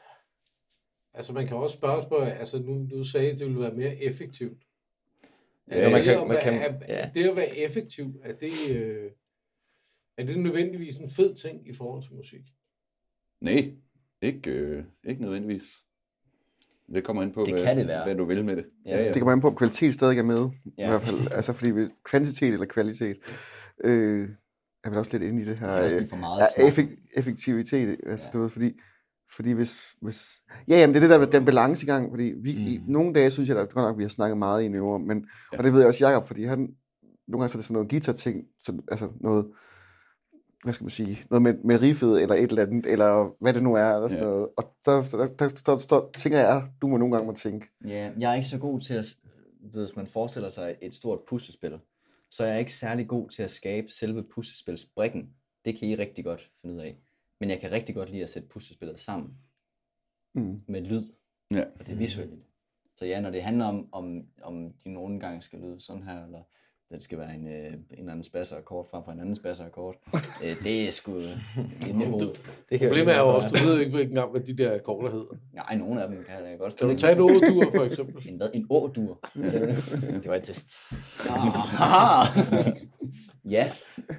altså man kan også spørge sig på, altså nu du sagde, at det ville være mere effektivt. Ja, Er man det kan- at man være- kan- er, ja. er det at være effektiv, er det, øh, er det nødvendigvis en fed ting i forhold til musik? nej, ikke, øh, ikke nødvendigvis. Det kommer ind på, Det hvad, kan det være. hvad du vil med det. Ja. Det kommer an på, om kvalitet stadig er med. Ja. I hvert fald. Altså, fordi vi- kvantitet eller kvalitet øh, er vel også lidt inde i det her. Det kan også øh, blive for meget Ja, snak. effekt, effektivitet, altså Ja. ja. du ved, fordi, fordi hvis, hvis, ja, jamen det er det der, den balance i gang, fordi vi, mm. i Mm. nogle dage synes jeg, at godt nok, vi har snakket meget i en øver, men, Ja. og det ved jeg også Jacob, fordi han, nogle gange så er det sådan noget guitar-ting, så, altså noget, hvad skal man sige, noget med, med riffet, eller et eller andet, eller hvad det nu er, eller sådan Ja. noget, og der, der, der, der, der, der tænker jeg, du må nogle gange må tænke, Ja, jeg er ikke så god til at, du ved, hvis man forestiller sig et, et stort puslespil, så er jeg ikke særlig god til at skabe selve puslespilsbrikken. Det kan I rigtig godt finde ud af. Men jeg kan rigtig godt lide at sætte puslespillet sammen mm. med lyd Ja. og det visuelle. Så ja, når det handler om, om, om de nogle gange skal lyde sådan her, eller det skal være en, øh, en eller anden spasser-akkord frem for en anden spasser-akkord, øh, det er sgu ind imod. Det kan Problemet er jo også, du ved ikke, hvilken gang, hvad de der akkorder hedder. Nej, nogle af dem kan jeg da godt. Kan du tage en O-dur for eksempel? En hvad? En å-dur? Sagde du det? Det var et test. Ah, ja.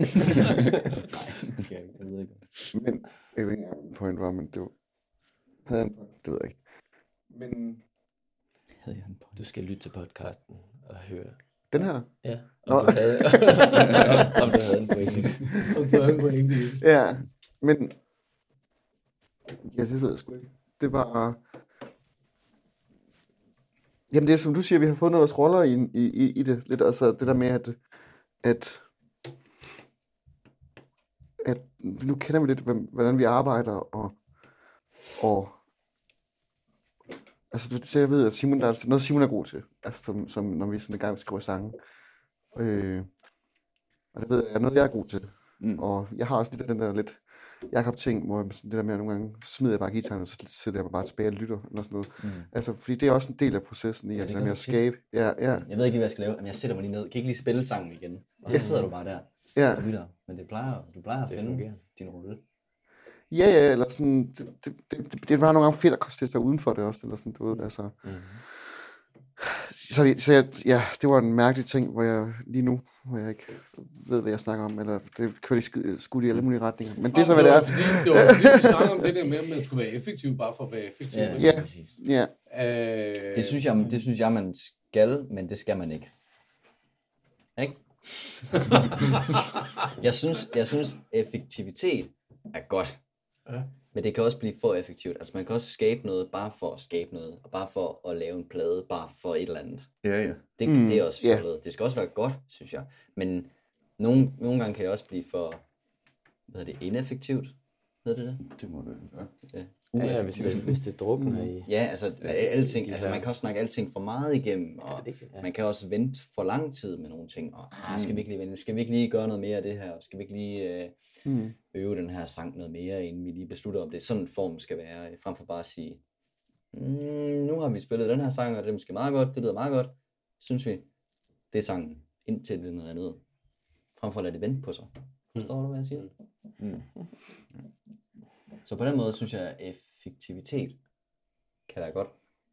Nej, okay, jeg ved ikke. Men, jeg ved ikke engang, hvad point var, men det var, havde han, det ved jeg ikke. Men, Havde jeg en point? Du skal lytte til podcasten og høre. den her, Ja, Nå. om du havde, om du havde en pointe. Og du havde en pointe i det. ja, men, ja, det ved jeg sgu ikke. Det var, jamen det er som du siger, vi har fået noget af os roller i, i, i, i det, lidt, altså det der med, at, at, at nu kender vi lidt, hvem- hvordan vi arbejder, og, og altså så jeg ved, at Simon, der er noget Simon er god til, altså som, som når vi sådan en gang skriver sange, øh, og det ved jeg er noget, jeg er god til. Mm. Og jeg har også lidt af den der lidt Jakob-ting, hvor jeg sådan det der med, at nogle gange smider jeg bare guitaren, og så sætter jeg mig bare tilbage og lytter, eller sådan noget. Mm. Altså, fordi det er også en del af processen i, Ja, at det det gør med det at tit. skabe. Ja, ja, Jeg ved ikke lige, hvad jeg skal lave, men jeg sætter mig lige ned. Kan ikke lige spille sangen igen? Og så sidder du bare der ja. og lytter. Men det plejer, du plejer at Det finde fungerer. din rolle. Ja, ja, eller sådan, det, det, det, det, det er bare nogle gange fedt at konstatere sig uden for det også, eller sådan, du ved, altså. Mm. Så, det- så jeg, ja, det var en mærkelig ting, hvor jeg lige nu, hvor jeg ikke ved, hvad jeg snakker om, eller det kører de skudt i alle mulige retninger. Men det er så, hvad det var er. Fordi, det var fordi, vi snakkede om det der med, at man skulle være effektiv, bare for at være effektiv. Ja, ikke? Ja. præcis. Ja, Øh, Det synes, jeg, det synes jeg, man skal, men det skal man ikke. Ikke? jeg, synes, jeg synes, effektivitet er godt. Ja. Men det kan også blive for effektivt. Altså man kan også skabe noget bare for at skabe noget, og bare for at lave en plade, bare for et eller andet. Ja, ja. Det, Mm, mm, det er også ja. fjollet. Det skal også være godt, synes jeg. Men nogle, nogle gange kan det også blive for, hvad hedder det, ineffektivt. Hedder det det? Det må du gøre. Ja. Ja, ja, hvis det, hvis det drukner i... Ja, altså alting, de altså her- man kan også snakke alting for meget igennem, og det kan- ja. man kan også vente for lang tid med nogle ting, og ah, skal vi ikke lige vente, skal vi ikke lige gøre noget mere af det her, og skal vi ikke lige øh, mm. øve den her sang noget mere, inden vi lige beslutter, om det er sådan en form skal være, øh, frem for bare at sige, mm, nu har vi spillet den her sang, og det er måske meget godt, det lyder meget godt, synes vi, det er sangen, indtil det er noget andet, frem for at lade det vente på sig. Forstår du, hvad jeg siger? Mm. Så på den måde synes jeg, at effektivitet kan være godt.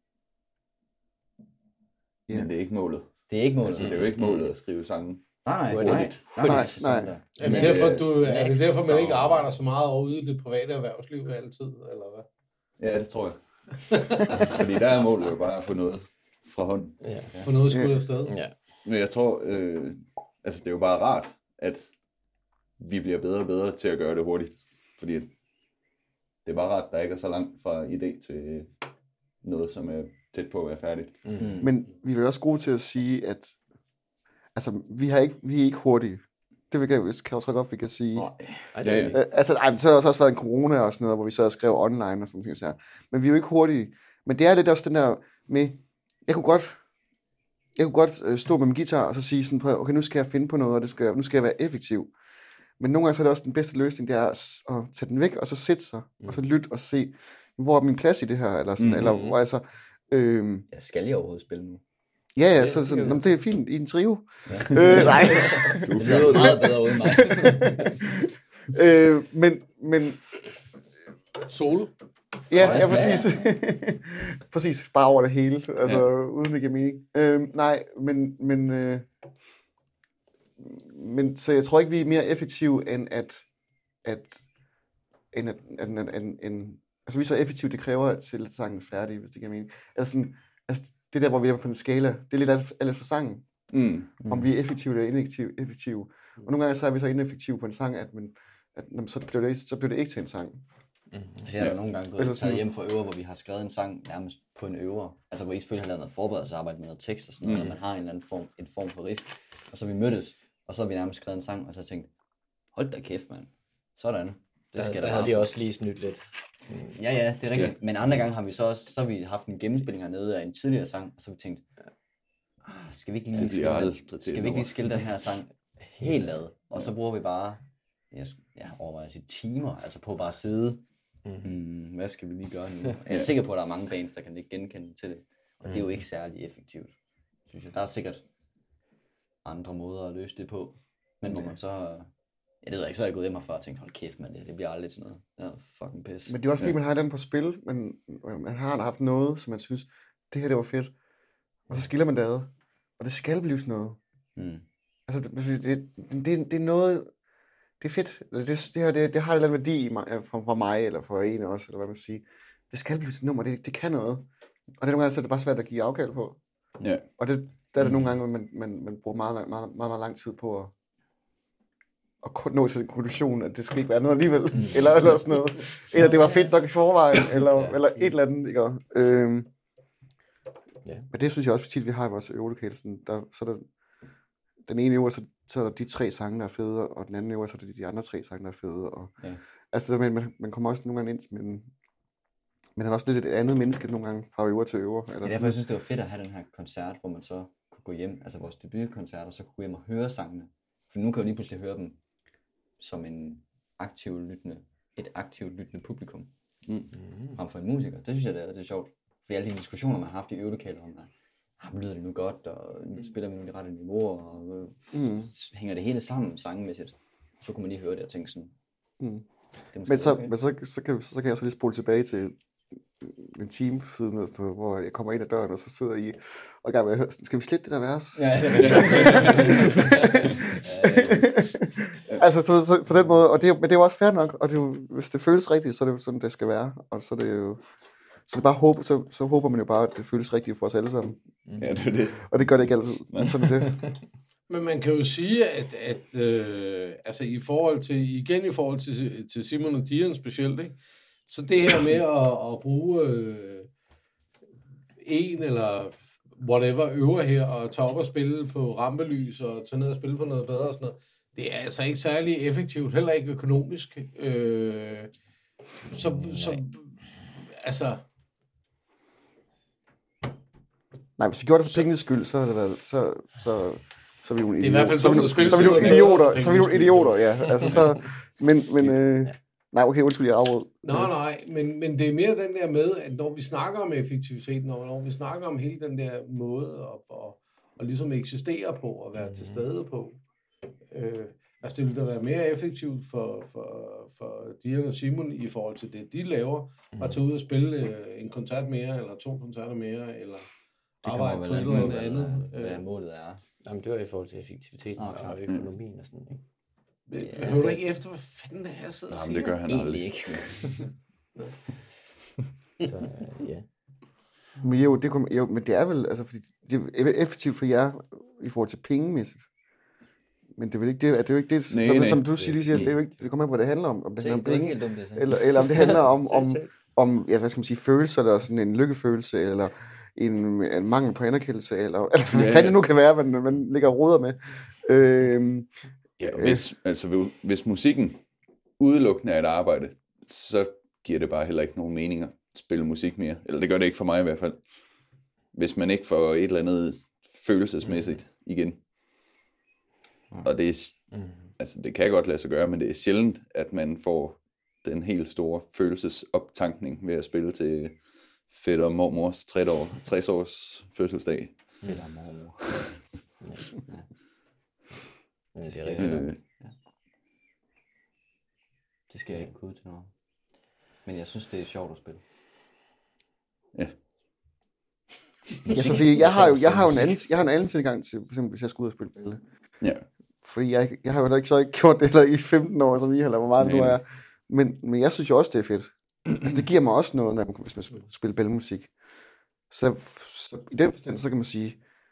Ja. Men det er ikke målet. Det er ikke målet. Altså, det er jo ikke målet at skrive sange. Nej, nej, Hurtigt. nej, nej, nej, Nej, sådan nej. der. Er det, Men, derfor, øh, du, er det next derfor, man ikke song. arbejder så meget over ude i det private erhvervsliv altid, eller hvad? Ja, det tror jeg. Fordi der er målet jo bare at få noget fra hånden. Ja. For noget skulle afsted. Ja. Men jeg tror, øh, altså det er jo bare rart, at vi bliver bedre og bedre til at gøre det hurtigt. Fordi det er bare rart, at der ikke er så langt fra idé til noget, som er tæt på at være færdigt. Mm. Men vi er vel også gode til at sige, at altså, vi, har ikke, vi er ikke hurtige. Det vil jeg, kan jeg også godt, vi kan sige. Nej. Ej, Ja, det, ja. Øh, altså, ej, så har der også været en corona og sådan noget, hvor vi så og skrev online og sådan noget. Så men vi er jo ikke hurtige. Men det er lidt også den der med, jeg kunne godt, jeg kunne godt øh, stå med min guitar og så sige sådan, på, okay, nu skal jeg finde på noget, og det skal, nu skal jeg være effektiv. Men nogle gange så er det også den bedste løsning, det er at, at tage den væk, og så sætte sig, mm. og så lytte og se, hvor er min plads i det her, eller sådan, Mm. eller hvor altså, øhm, Ja, skal jeg overhovedet spille nu? ja, ja, det så, så kan nå, jeg det er fint i en trio. Ja. øh, nej. Det lyder meget bedre uden mig. øh, men, men, Solo. ja, ja, Ja, præcis. præcis, bare over det hele, altså ja. Uden det giver mening. Øh, nej, men, men, øh, men, så jeg tror ikke, vi er mere effektive, end at, at, end at, end, end, end, end altså vi er så effektive, det kræver til at sangen er færdig, hvis det giver mening. Altså, sådan, altså det der, hvor vi er på en skala, det er lidt alt, alt for sangen. Mm. Mm. Om vi er effektive eller ineffektive. effektive. Og nogle gange så er vi så ineffektive på en sang, at, man, at jamen, så, bliver det, så bliver det ikke til en sang. Så jeg er der nogle gange Eller gået sådan taget hjem fra øver, hvor vi har skrevet en sang nærmest på en øver. Altså hvor I selvfølgelig har lavet noget forberedelsesarbejde med noget tekst og sådan noget, Mm. og man har en eller anden form, en form for riff. Og så har vi mødtes, og så har vi nærmest skrevet en sang, og så har jeg tænkt, hold da kæft, mand. Sådan. Det der, skal der, der der havde bare. de også lige snydt lidt. Sådan, Ja, ja, det er rigtigt. Ja. Men andre gange har vi så også, så har vi haft en gennemspilling hernede af en tidligere sang, og så har vi tænkt, ah, skal vi ikke lige Det bliver skille, aldrig den, til skal vi et ikke lige nummer. skille den her sang helt ad? Og så bruger vi bare, jeg, jeg overvejer at sige timer, altså på bare at sidde. Hmm, hvad skal vi lige gøre nu? Jeg er sikker på, at der er mange bands, der kan ikke genkende til det. Og det er jo ikke særlig effektivt, synes jeg. Der er sikkert andre måder at løse det på. Men hvor man så, jeg ved ikke, så er jeg gået hjem herfra og tænkt, hold kæft, man, det, det bliver aldrig til noget. Det er fucking pis. Men det er også fordi, man har den på spil, men man har haft noget, som man synes, det her det var fedt. Og så skiller man det ad. Og det skal blive sådan noget. Mm. Altså, det, det, det, det er noget, det er fedt. Det, det, her, det, det har en eller anden værdi i mig, fra, fra mig, eller fra en også, eller hvad man siger. Det skal blive sådan et nummer, det, det kan noget. Og det er nogle gange, så er det bare svært at give afkald på. Ja. Og det, der er det nogle gange, man, man, man bruger meget, meget, meget, meget lang tid på at, at kun nå til en konklusion, at det skal ikke være noget alligevel, mm. eller, eller sådan noget. Eller det var fedt nok i forvejen, eller, ja. eller et eller andet, ikke? Øhm, ja. Men det synes jeg også tit, vi har i vores øvelokale. Sådan, der, så er der den ene øver, så, så er der de tre sange, der er fede, og den anden øver, så er der de andre tre sange, der er fede. Og, Ja. altså, der, man, man kommer også nogle gange ind, men, men han er også lidt et andet menneske nogle gange, fra øver til øver. Eller Det er derfor, jeg synes, det var fedt at have den her koncert, hvor man så kunne gå hjem, altså vores debutkoncerter, så kunne gå hjem og høre sangene. For nu kan jeg jo lige pludselig høre dem som en aktiv lyttende, et aktivt lyttende publikum, Mm. frem for en musiker. Det synes jeg, det er, det er sjovt. For alle de diskussioner, man har haft i øvelokaler om, ah, lyder det nu godt, og nu spiller vi nu det rette niveau, og øh, Mm. hænger det hele sammen sangmæssigt. Så kunne man lige høre det og tænke sådan, Mm. det er måske Men, så, okay. men så, så, kan, så kan jeg så lige spole tilbage til en time siden, altså, hvor jeg kommer ind ad døren, og så sidder I og gerne vil høre, skal vi slette det der vers? Ja, det er rigtigt. Altså, så, så, på den måde, og det, men det er jo også fair nok, og det er jo, hvis det føles rigtigt, så er det jo sådan, det skal være, og så er det jo, så det er bare håb, så, så håber man jo bare, at det føles rigtigt for os alle sammen, Ja, det er det. og det gør det ikke altid, men sådan er det. Men man kan jo sige, at, at øh, altså i forhold til, igen i forhold til, til Simon og Dion specielt, ikke? Så det her med at, at bruge øh, en eller whatever øver her, og tage op og spille på rampelys, og tage ned og spille på noget bedre og sådan noget, det er altså ikke særlig effektivt, heller ikke økonomisk. Øh, så, så, altså... Nej, hvis vi gjorde det for pengenes skyld, så havde det været, så, så, så er vi jo Det er i hvert fald så, sådan, så, at så, er vi jo spille- idioter, så er vi jo idioter, ja, altså så, men, men, øh, nej, okay, undskyld, jeg afråd. Nej, nej, men, men det er mere den der med, at når vi snakker om effektiviteten, og når vi snakker om hele den der måde at, at, at ligesom eksistere på, og være mm. til stede på, øh, altså det ville da være mere effektivt for, for, for Dion og Simon i forhold til det, de laver, mm. at tage ud og spille øh, en koncert mere, eller to koncerter mere, eller Det arbejde kommer på vel et an eller på, andet hvad, andet. hvad Øh, målet er. Jamen, det var i forhold til effektiviteten Ah, og klart. økonomien og sådan, ikke? Ja, hører du ikke efter, hvad fanden det er, jeg sidder og Nej, men siger? det gør han Egentlig aldrig. ikke. Så øh, ja. Men jo, det, kunne, jo, men det er vel, altså, fordi det er effektivt for jer i forhold til pengemæssigt. Men det er vel ikke det, er det jo ikke det, Nej, som, nej. som du siger, lige siger, det er jo ikke, det kommer an på, hvad det handler om, om det Så handler det om er ikke penge, helt dumt, det så. eller, eller om det handler om, om, Se, se. om, ja, hvad skal man sige, følelser, eller sådan en lykkefølelse, eller, en, en mangel på anerkendelse, eller, eller hvad fanden det nu kan være, man, man ligger og roder med. Øh, Ja, hvis, altså, hvis musikken udelukkende er et arbejde, så giver det bare heller ikke nogen mening at spille musik mere. Eller det gør det ikke for mig i hvert fald. Hvis man ikke får et eller andet følelsesmæssigt igen. Og det, er, altså, det kan godt lade sig gøre, men det er sjældent, at man får den helt store følelsesoptankning ved at spille til fedt og mormors tres års fødselsdag. Fedt og mormor. Ja. Ja, det er rigtigt. Øh, Ja. Det skal jeg ikke kunne til noget. Men jeg synes, det er sjovt at spille. ja. ja, så fordi jeg har jo, jeg har jo en anden, jeg har en anden tilgang til, for eksempel, hvis jeg skal ud og spille balle. Ja. Fordi jeg, jeg har jo ikke så ikke gjort det der i femten år, som I har, eller hvor meget det nu Nej. er. Men, men jeg synes jo også, det er fedt. Altså, det giver mig også noget, når man, hvis man spiller ballemusik. Så, så i den forstand, så kan man sige,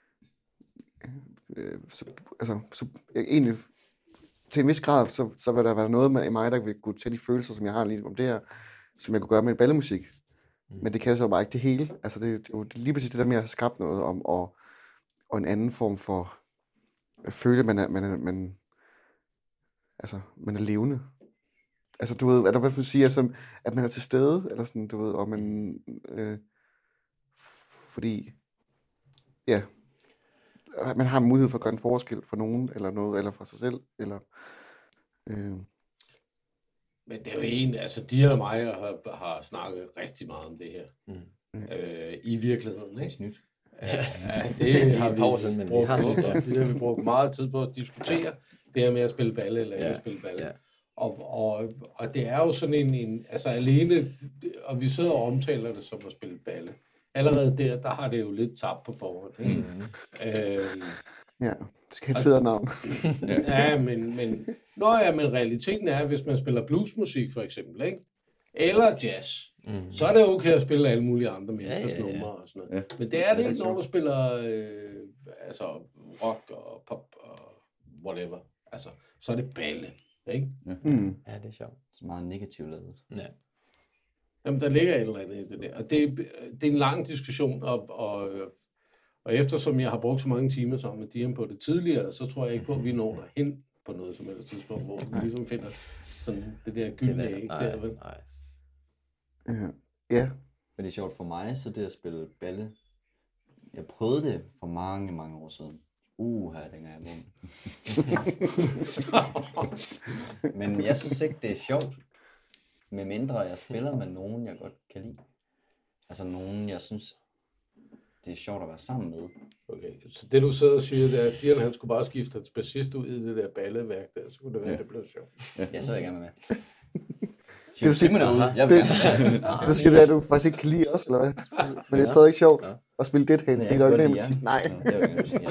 øh, så, altså, så jeg, egentlig, til en vis grad, så, så vil der være noget med, i mig, der vil kunne tage de følelser, som jeg har lige om det her, som jeg kunne gøre med en ballemusik. Mm. Men det kan så bare ikke det hele. Altså, det, det er jo lige præcis det der med at have skabt noget om, og, og en anden form for at føle, at man er, man er, man, altså, man er levende. Altså, du ved, eller hvad skal man sige, altså, at man er til stede, eller sådan, du ved, og man, øh, fordi, ja, man har mulighed for at gøre en forskel for nogen, eller noget, eller for sig selv, eller, øh. Men det er jo en, altså de og mig har, har snakket rigtig meget om det her, mm. øh, i virkeligheden, ikke? Snydt. Ja, ja, det har vi Pausen, men vi brugt, har det, ja. det har vi brugt meget tid på at diskutere, det her med at spille balle, eller ikke Ja. at spille balle. Ja. Og, og, og det er jo sådan en, en, altså alene, og vi sidder og omtaler det som at spille balle. Allerede der, der har det jo lidt tabt på forhånd, ikke? Mm. Øhm, Ja, det skal have et federe navn. ja, men, men, nå ja, men realiteten er, hvis man spiller bluesmusik for eksempel, ikke? Eller jazz, mm. så er det okay at spille alle mulige andre menneskers ja, ja, ja. numre og sådan noget. Ja. Men det er det ikke, når du spiller øh, altså rock og pop og whatever. Altså, så er det balle, ikke? Ja, mm. Ja, det er sjovt. Det er meget negativt lavet. Ja. Jamen, der ligger et eller andet i det der. Og det, det er en lang diskussion, og, og, og eftersom jeg har brugt så mange timer sammen med Dian på det tidligere, så tror jeg ikke på, at vi når derhen på noget som helst tidspunkt, hvor vi ligesom finder sådan det der gyldne æg der. Vel? Nej. Ja. Ja. Men det er sjovt for mig, så det at spille balle. Jeg prøvede det for mange, mange år siden. Uh, her dengang jeg var ung. Men jeg synes ikke, det er sjovt. Med mindre jeg spiller med nogen, jeg godt kan lide. Altså nogen, jeg synes, det er sjovt at være sammen med. Okay, så det du sidder og siger, det er, at Dian, han skulle bare skifte hans bassist ud i det der balleværk der, så kunne det være, ja. Det blev sjovt. Ja, så er jeg gerne med. Det vil sige, jeg vil gerne med. Det vil sige, det er, at du faktisk ikke kan lide os, eller hvad? Men det er stadig ikke sjovt ja. At spille Dead Hands, fordi der er nemt at sige nej. Det er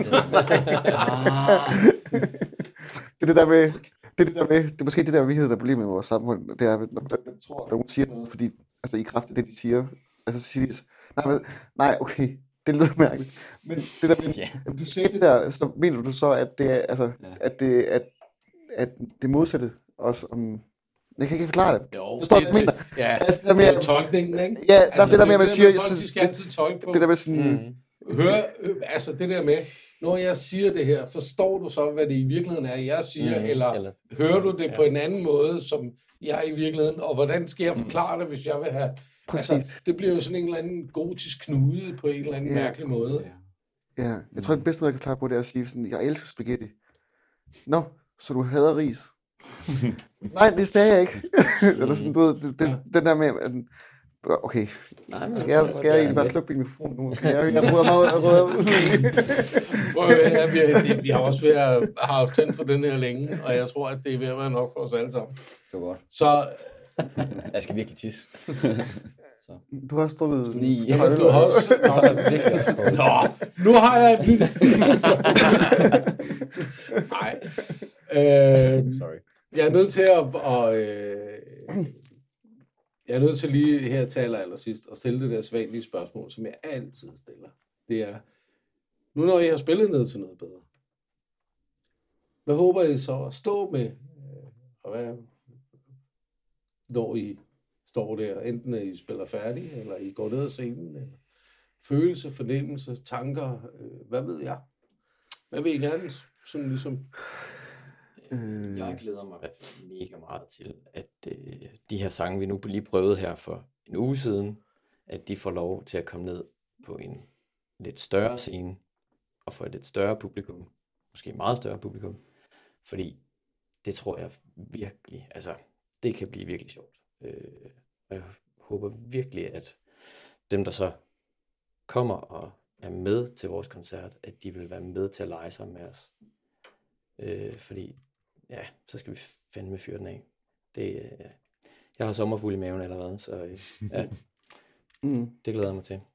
det der med... Det er, det, der med, det er måske det der vigtighed, der er problemet i vores samfund, det er, når man tror, at nogen siger noget, fordi, altså i kraft af det, de siger, altså så siger de, nej, men, nej, okay, det lyder mærkeligt, men det der med, yeah. Du sagde det der, så mener du så, at det er, altså, yeah. at det, at, at det modsatte også om, jeg kan ikke forklare det. Jo, Forstår det, det, mener? Ja, altså, det, der med, det er tolkningen, ikke? Ja, altså, det der med, at man siger, folk, de skal altid tolke på. Det der med sådan, mm. Hør, altså det der med, når jeg siger det her, forstår du så, hvad det i virkeligheden er, jeg siger, mm, eller, eller hører du det ja. På en anden måde, som jeg i virkeligheden, og hvordan skal jeg forklare det, hvis jeg vil have... Præcis. Altså, det bliver jo sådan en eller anden gotisk knude på en eller anden ja. Mærkelig måde. Ja, jeg tror, den bedste måde, jeg kan forklare på, det er at sige sådan, jeg elsker spaghetti. Nå, så du hader ris? Nej, det sagde jeg ikke. Eller sådan, du ved, det, det, ja. Den der med, at, okay, nej, skal jeg, skal jeg egentlig bare slukke min mikrofon nu? Jeg, jeg råder mig ud. Ja, vi, har, vi har også ved at have haft tændt for den her længe, og jeg tror, at det er ved at være nok for os alle sammen. Det var godt. Så... Jeg skal virkelig tisse. Så. Du har også drukket... Ni. Ja, du har også... Nå, Nå, nu har jeg et nyt... Nej. Øh, Sorry. Jeg er nødt til at... Og, øh, jeg er nødt til lige her til aller, aller sidst at stille det der svanlige spørgsmål, som jeg altid stiller. Det er, nu når I har spillet ned til noget bedre, hvad håber I så at stå med? Og hvad, når I står der, enten at I spiller færdig, eller I går ned ad scenen, eller følelse, fornemmelse, tanker, øh, hvad ved jeg? Hvad vil I gerne sådan ligesom... Øh, Jeg glæder mig i hvert fald mega meget til, at øh, de her sange, vi nu lige prøvede her for en uge siden, at de får lov til at komme ned på en lidt større scene, og for et lidt større publikum, måske meget større publikum, fordi det tror jeg virkelig, altså det kan blive virkelig sjovt. Øh, jeg håber virkelig, at dem, der så kommer og er med til vores koncert, at de vil være med til at lege sammen med os. Øh, fordi, ja, så skal vi fandme fyre den af. Det, øh, jeg har sommerfugl i maven allerede, så øh, ja, mm. det glæder jeg mig til.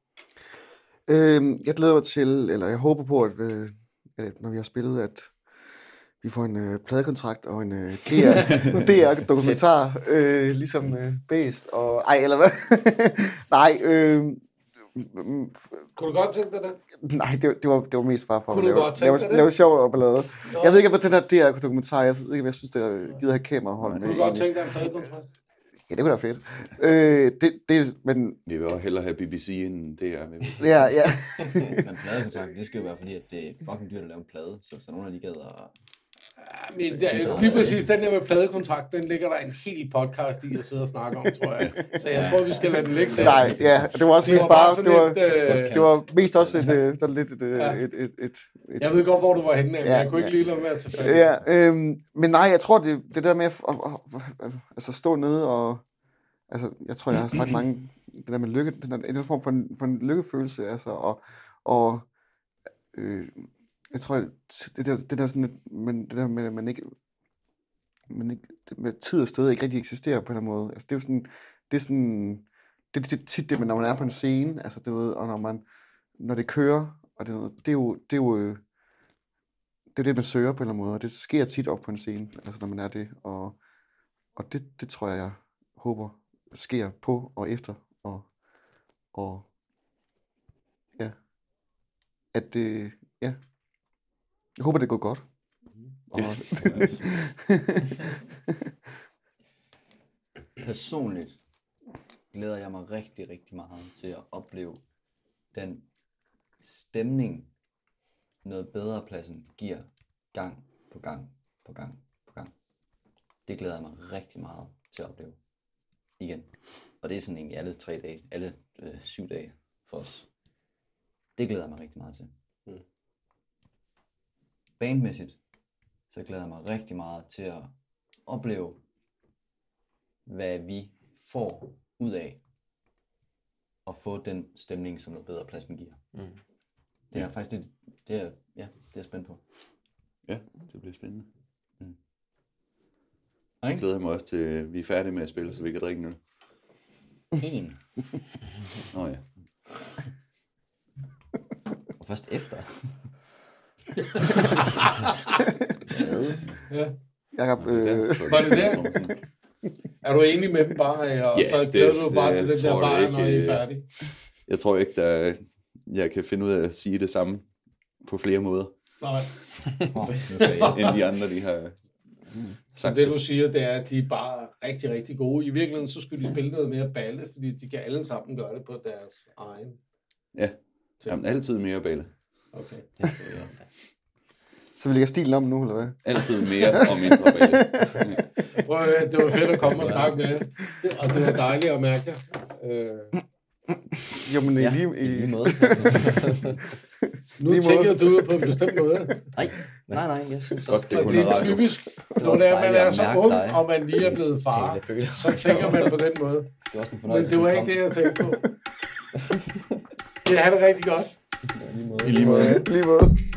Øh, jeg glæder mig til, eller jeg håber på, at, øh, at når vi har spillet, at vi får en øh, pladekontrakt og en øh, D R-dokumentar, øh, ligesom øh, Bæst og... Ej, eller hvad? Nej, øh, Kunne du godt tænke dig det? nej, det, det, var, det var mest bare for Kunne at du lave, godt tænke lave, dig det? lave sjov og ballade. Nå. Jeg ved ikke, om den her D R-dokumentar, jeg ved ikke, om jeg synes, det er givet have kamerahold med. Kunne du godt tænke dig en pladekontrakt? Ja, det kunne da være fedt. Øh, det, det, men... Vi vil også hellere have B B C end det er med. Ja, ja. Men pladekontrakt, det skal jo være fordi, at det er fucking dyrt at lave en plade, så, så nogen af de gad at... Ja, men det er, lige præcis den der med pladekontrakt, den ligger der en hel podcast i at sidde og snakke om, tror jeg. Så jeg tror, vi skal lade den ligge der. Nej, ja, det var også Det mest var bare bare... sådan Det var, et, øh, det var mest også et, øh, sådan lidt et, Ja. øh, et, et, et, et, Jeg ved godt, hvor du var henne, men Ja, jeg kunne ikke ja. lige lade være til fat. Ja, øhm, men nej, jeg tror, det, det der med at, at, at, at altså stå nede og... Altså, jeg tror, jeg har sagt mange... Det der med lykke, den der, en form for en, for en lykkefølelse, altså, og... og øh, jeg tror, det der, det der sådan lidt, men det der med, at man ikke... Men ikke, det med tid og sted ikke rigtig eksisterer på en eller anden måde. Altså, det er jo sådan... Det er sådan... Det, det er tit det, når man er på en scene, altså, det ved, og når man... Når det kører, og det, det er jo... Det er jo øh, det er det, man søger på en eller anden måde, og det sker tit op på en scene, altså når man er det, og, og det, det tror jeg, jeg håber sker på og efter, og, og ja, at det, ja, jeg håber, det går godt. Og, Personligt glæder jeg mig rigtig, rigtig meget til at opleve den stemning, noget bedre pladsen giver gang på gang på gang på gang. Det glæder jeg mig rigtig meget til at opleve igen. Og det er sådan egentlig alle tre dage, alle øh, syv dage for os. Det glæder jeg mig rigtig meget til. Mm. Bandmæssigt, så glæder jeg mig rigtig meget til at opleve, hvad vi får ud af at få den stemning, som noget bedre pladsen giver. Mm. Det er faktisk lidt, det er, ja, det er jeg spændt på. Ja, det bliver spændende. Mm. Så glæder jeg mig også til, at vi er færdige med at spille, så vi kan drikke en øl. En. Nå ja. Og først efter. Ja. Jakob, øh, Var det der? Er du enig med dem bare, og Ja, så det- glæder du bare det til den der tror jeg bar, ikke, når I er øh, færdige? Jeg tror ikke, der, jeg kan finde ud af at sige det samme på flere måder, Nej. Oh, nu skal jeg. end de andre, de har Så sagt. det du siger, det er, at de er bare rigtig, rigtig gode. I virkeligheden, så skulle de spille noget mere balle, fordi de kan alle sammen gøre det på deres egen. Ja, jamen, altid mere balle. Okay. så vi lægger stilen om nu, eller hvad? Altid mere og mindre balle. Prøv at høre, det var fedt at komme og snakke med jer. Og det var dejligt at mærke jer. Øh, Jo, men Ja, i i lige... lige I, måde. nu Lige tænker måde. du ud på en bestemt måde. Nej, nej, nej, jeg synes Godt, også, det Og kunne det er radio. typisk, var når det er, man dejligt er at så mærke ung, dig. og man lige er blevet far, Tænkte, føler. så tænker man på den måde. det var også en Men fornøjelse. det var at ikke det, komme. jeg tænkte på. Det er det rigtig godt. Ja, i lige måde. I lige måde. lige måde.